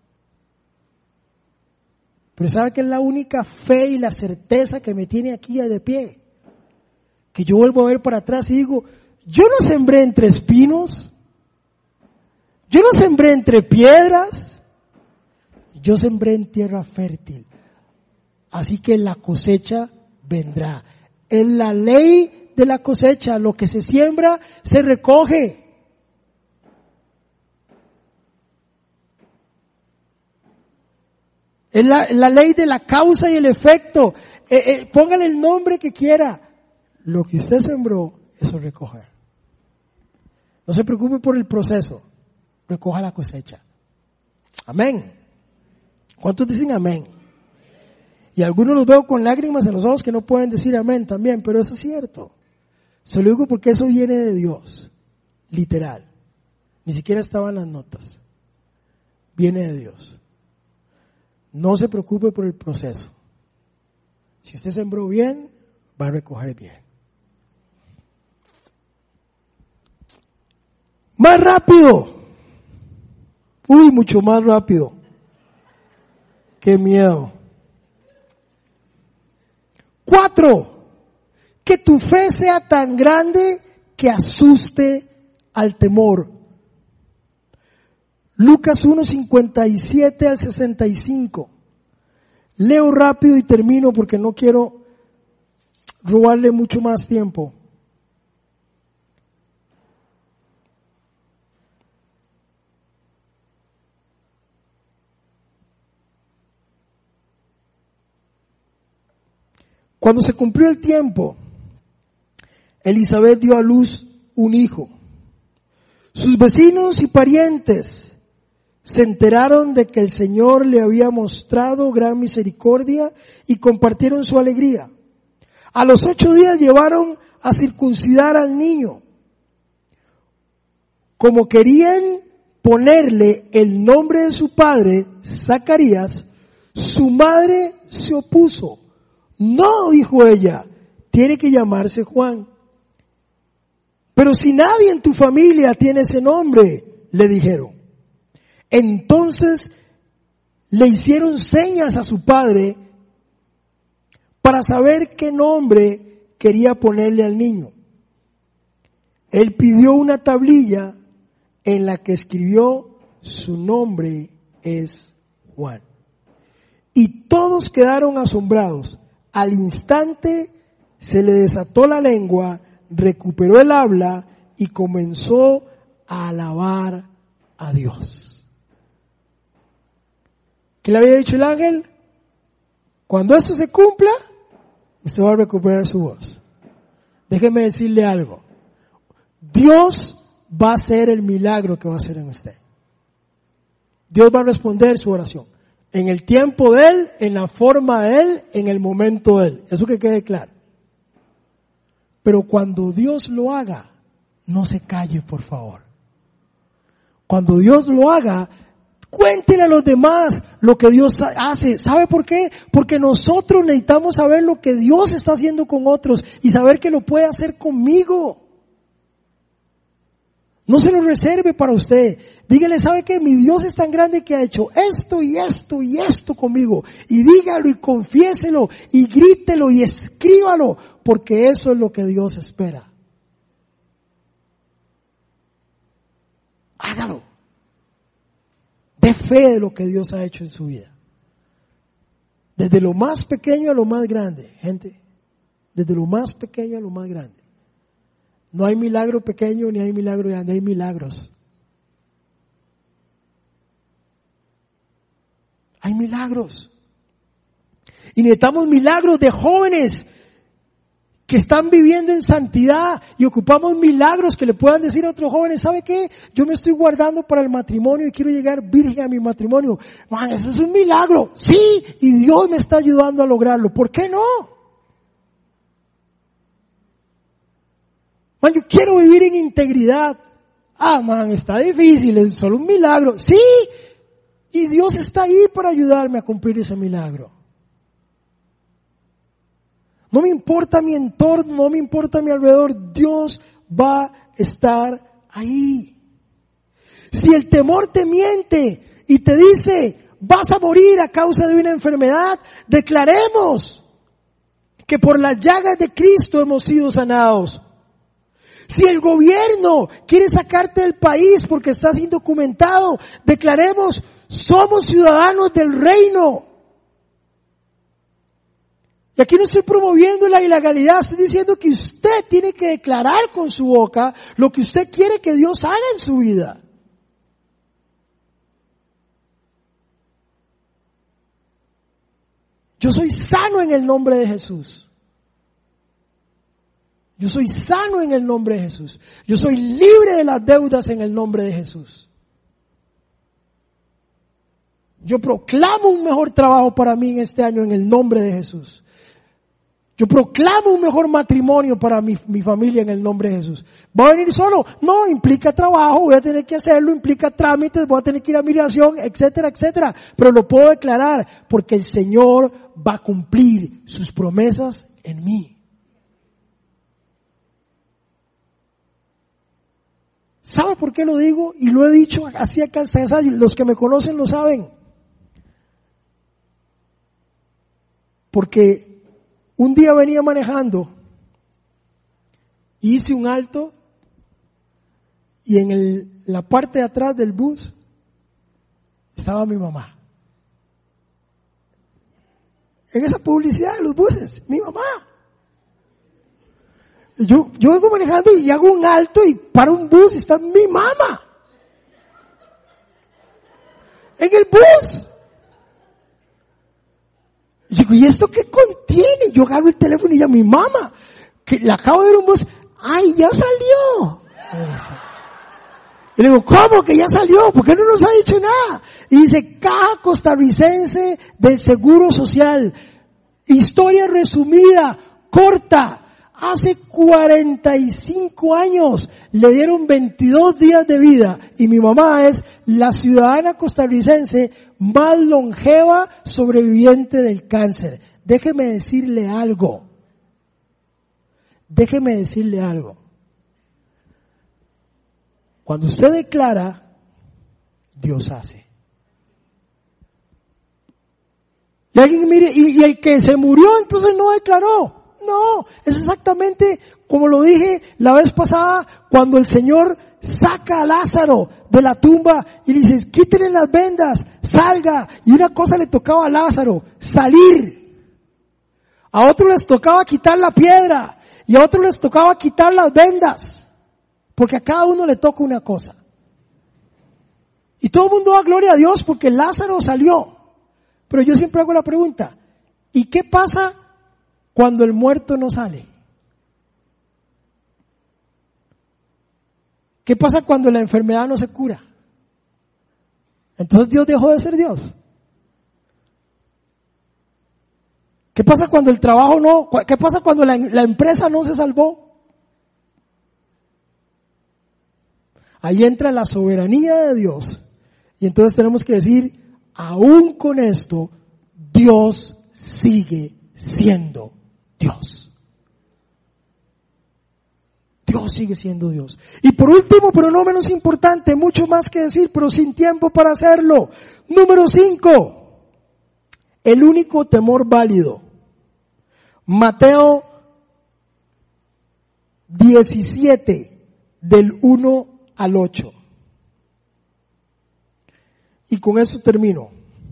Pero ¿sabe qué es la única fe y la certeza que me tiene aquí de pie? Que yo vuelvo a ver para atrás y digo, yo no sembré entre espinos, yo no sembré entre piedras, yo sembré en tierra fértil. Así que la cosecha vendrá. En la ley de la cosecha, lo que se siembra, se recoge. Es la, la ley de la causa y el efecto. Eh, eh, póngale el nombre que quiera. Lo que usted sembró, eso recoge. No se preocupe por el proceso. Recoja la cosecha. Amén. ¿Cuántos dicen amén? Y algunos los veo con lágrimas en los ojos que no pueden decir amén también, pero eso es cierto. Se lo digo porque eso viene de Dios. Literal. Ni siquiera estaban las notas. Viene de Dios. No se preocupe por el proceso. Si usted sembró bien, va a recoger bien. Más rápido. Uy, mucho más rápido. Qué miedo. Cuatro. Que tu fe sea tan grande que asuste al temor. Lucas uno, cincuenta y siete al sesenta y cinco. Leo rápido y termino porque no quiero robarle mucho más tiempo. Cuando se cumplió el tiempo, Elizabeth dio a luz un hijo. Sus vecinos y parientes se enteraron de que el Señor le había mostrado gran misericordia y compartieron su alegría. A los ocho días llevaron a circuncidar al niño. Como querían ponerle el nombre de su padre, Zacarías, su madre se opuso. No, dijo ella, tiene que llamarse Juan. Pero si nadie en tu familia tiene ese nombre, le dijeron. Entonces le hicieron señas a su padre para saber qué nombre quería ponerle al niño. Él pidió una tablilla en la que escribió: su nombre es Juan. Y todos quedaron asombrados. Al instante se le desató la lengua, recuperó el habla y comenzó a alabar a Dios. ¿Qué le había dicho el ángel? Cuando esto se cumpla, usted va a recuperar su voz. Déjeme decirle algo. Dios va a hacer el milagro que va a hacer en usted. Dios va a responder su oración. En el tiempo de Él, en la forma de Él, en el momento de Él. Eso que quede claro. Pero cuando Dios lo haga, no se calle, por favor. Cuando Dios lo haga, cuéntele a los demás lo que Dios hace. ¿Sabe por qué? Porque nosotros necesitamos saber lo que Dios está haciendo con otros y saber que lo puede hacer conmigo. No se lo reserve para usted. Dígale, ¿sabe qué? Mi Dios es tan grande que ha hecho esto y esto y esto conmigo. Y dígalo y confiéselo y grítelo y escríbalo, porque eso es lo que Dios espera. Hágalo. Dé fe de lo que Dios ha hecho en su vida. Desde lo más pequeño a lo más grande, gente. Desde lo más pequeño a lo más grande. No hay milagro pequeño ni hay milagro grande, hay milagros. Hay milagros. Y necesitamos milagros de jóvenes que están viviendo en santidad y ocupamos milagros que le puedan decir a otros jóvenes, ¿sabe qué? Yo me estoy guardando para el matrimonio y quiero llegar virgen a mi matrimonio. Man, eso es un milagro. Sí, y Dios me está ayudando a lograrlo. ¿Por qué no? Man, yo quiero vivir en integridad. Ah, man, está difícil, es solo un milagro. Sí, y Dios está ahí para ayudarme a cumplir ese milagro. No me importa mi entorno, no me importa mi alrededor, Dios va a estar ahí. Si el temor te miente y te dice, vas a morir a causa de una enfermedad, declaremos que por las llagas de Cristo hemos sido sanados. Si el gobierno quiere sacarte del país porque estás indocumentado, declaremos, somos ciudadanos del reino. Y aquí no estoy promoviendo la ilegalidad, estoy diciendo que usted tiene que declarar con su boca lo que usted quiere que Dios haga en su vida. Yo soy sano en el nombre de Jesús. Yo soy sano en el nombre de Jesús. Yo soy libre de las deudas en el nombre de Jesús. Yo proclamo un mejor trabajo para mí en este año en el nombre de Jesús. Yo proclamo un mejor matrimonio para mi, mi familia en el nombre de Jesús. ¿Va a venir solo? No, implica trabajo, voy a tener que hacerlo, implica trámites, voy a tener que ir a migración, etcétera, etcétera. Pero lo puedo declarar porque el Señor va a cumplir sus promesas en mí. ¿Sabe por qué lo digo? Y lo he dicho así a cansancio, los que me conocen lo saben. Porque un día venía manejando, hice un alto y en el, la parte de atrás del bus estaba mi mamá. En esa publicidad de los buses, mi mamá. Yo, yo vengo manejando y hago un alto y paro un bus y está mi mamá. En el bus. Y digo, ¿y esto qué contiene? Yo agarro el teléfono y ya mi mamá, que la acabo de ver un bus, ¡ay, ya salió! Eso. Y le digo, ¿cómo que ya salió? ¿Por qué no nos ha dicho nada? Y dice, Caja Costarricense del Seguro Social. Historia resumida, corta. Hace cuarenta y cinco años le dieron veintidós días de vida y mi mamá es la ciudadana costarricense más longeva sobreviviente del cáncer. Déjeme decirle algo. Déjeme decirle algo. Cuando usted declara, Dios hace. Y alguien mire, y, y el que se murió entonces no declaró. No, es exactamente como lo dije la vez pasada, cuando el Señor saca a Lázaro de la tumba y le dice, quítenle las vendas, salga. Y una cosa le tocaba a Lázaro, salir. A otros les tocaba quitar la piedra y a otros les tocaba quitar las vendas. Porque a cada uno le toca una cosa. Y todo el mundo da gloria a Dios porque Lázaro salió. Pero yo siempre hago la pregunta, ¿y qué pasa cuando el muerto no sale? ¿Qué pasa cuando la enfermedad no se cura? Entonces Dios dejó de ser Dios. ¿Qué pasa cuando el trabajo no? ¿Qué pasa cuando la, la empresa no se salvó? Ahí entra la soberanía de Dios. Y entonces tenemos que decir, aún con esto, Dios sigue siendo Dios. Dios sigue siendo Dios. Y por último, pero no menos importante, mucho más que decir, pero sin tiempo para hacerlo. Número cinco, el único temor válido. Mateo diecisiete, del uno al ocho. Y con eso termino.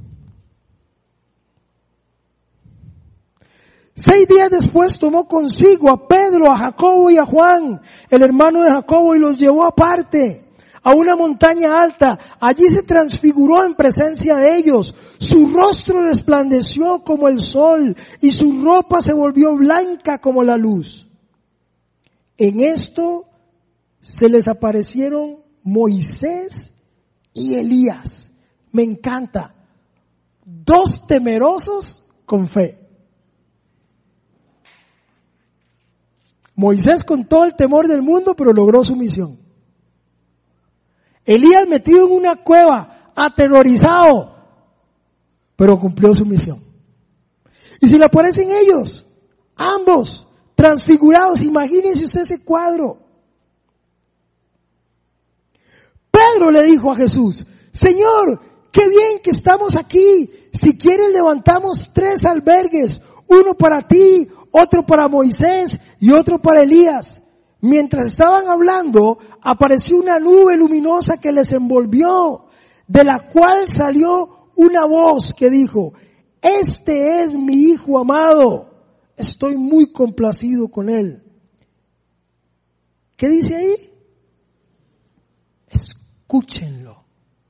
Seis días después tomó consigo a Pedro, a Jacobo y a Juan, el hermano de Jacobo, y los llevó aparte a una montaña alta. Allí se transfiguró en presencia de ellos. Su rostro resplandeció como el sol y su ropa se volvió blanca como la luz. En esto se les aparecieron Moisés y Elías. Me encanta. Dos temerosos con fe. Moisés con todo el temor del mundo, pero logró su misión. Elías metido en una cueva, aterrorizado, pero cumplió su misión. Y si le aparecen ellos, ambos, transfigurados, imagínense usted ese cuadro. Pedro le dijo a Jesús, Señor, qué bien que estamos aquí. Si quieres levantamos tres albergues, uno para ti, otro para Moisés y otro para Elías. Mientras estaban hablando, apareció una nube luminosa que les envolvió, de la cual salió una voz que dijo, este es mi hijo amado, estoy muy complacido con él. ¿Qué dice ahí? Escúchenlo.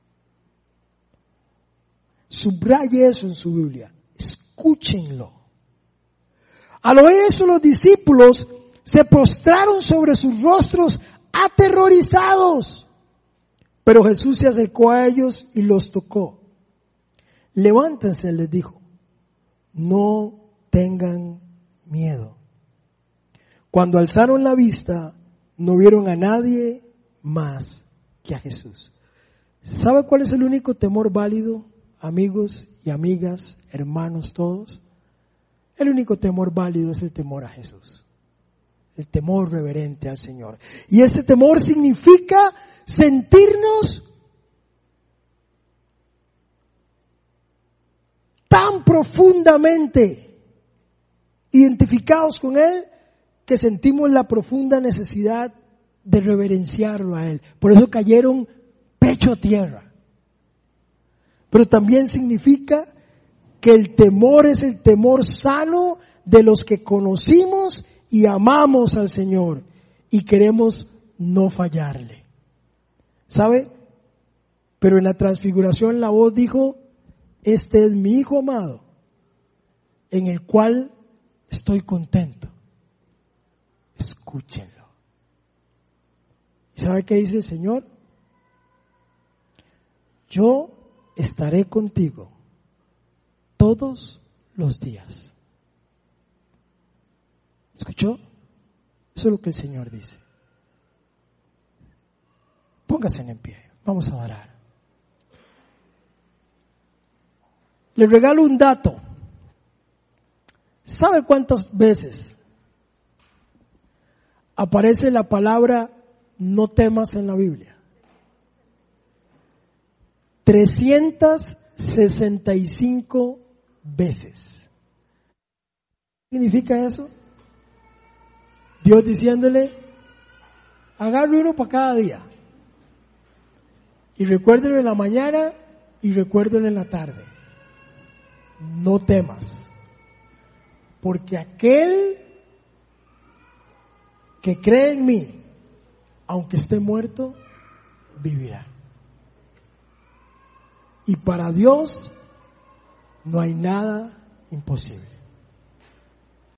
Subraye eso en su Biblia. Escúchenlo. Al oír eso, los discípulos se postraron sobre sus rostros aterrorizados. Pero Jesús se acercó a ellos y los tocó. Levántense, les dijo. No tengan miedo. Cuando alzaron la vista, no vieron a nadie más que a Jesús. ¿Sabe cuál es el único temor válido, amigos y amigas, hermanos todos? El único temor válido es el temor a Jesús. El temor reverente al Señor. Y este temor significa sentirnos tan profundamente identificados con Él que sentimos la profunda necesidad de reverenciarlo a Él. Por eso cayeron pecho a tierra. Pero también significa que el temor es el temor sano de los que conocimos y amamos al Señor y queremos no fallarle. ¿Sabe? Pero en la transfiguración la voz dijo, este es mi hijo amado, en el cual estoy contento. Escúchenlo. ¿Y ¿sabe qué dice el Señor? Yo estaré contigo todos los días. ¿Escuchó? Eso es lo que el Señor dice. Póngase en pie, vamos a orar. Le regalo un dato. ¿Sabe cuántas veces aparece la palabra no temas en la Biblia? trescientas sesenta y cinco veces. ¿Qué significa eso? Dios diciéndole, agarre uno para cada día. Y recuérdelo en la mañana y recuérdelo en la tarde. No temas. Porque aquel que cree en mí, aunque esté muerto, vivirá. Y para Dios no hay nada imposible.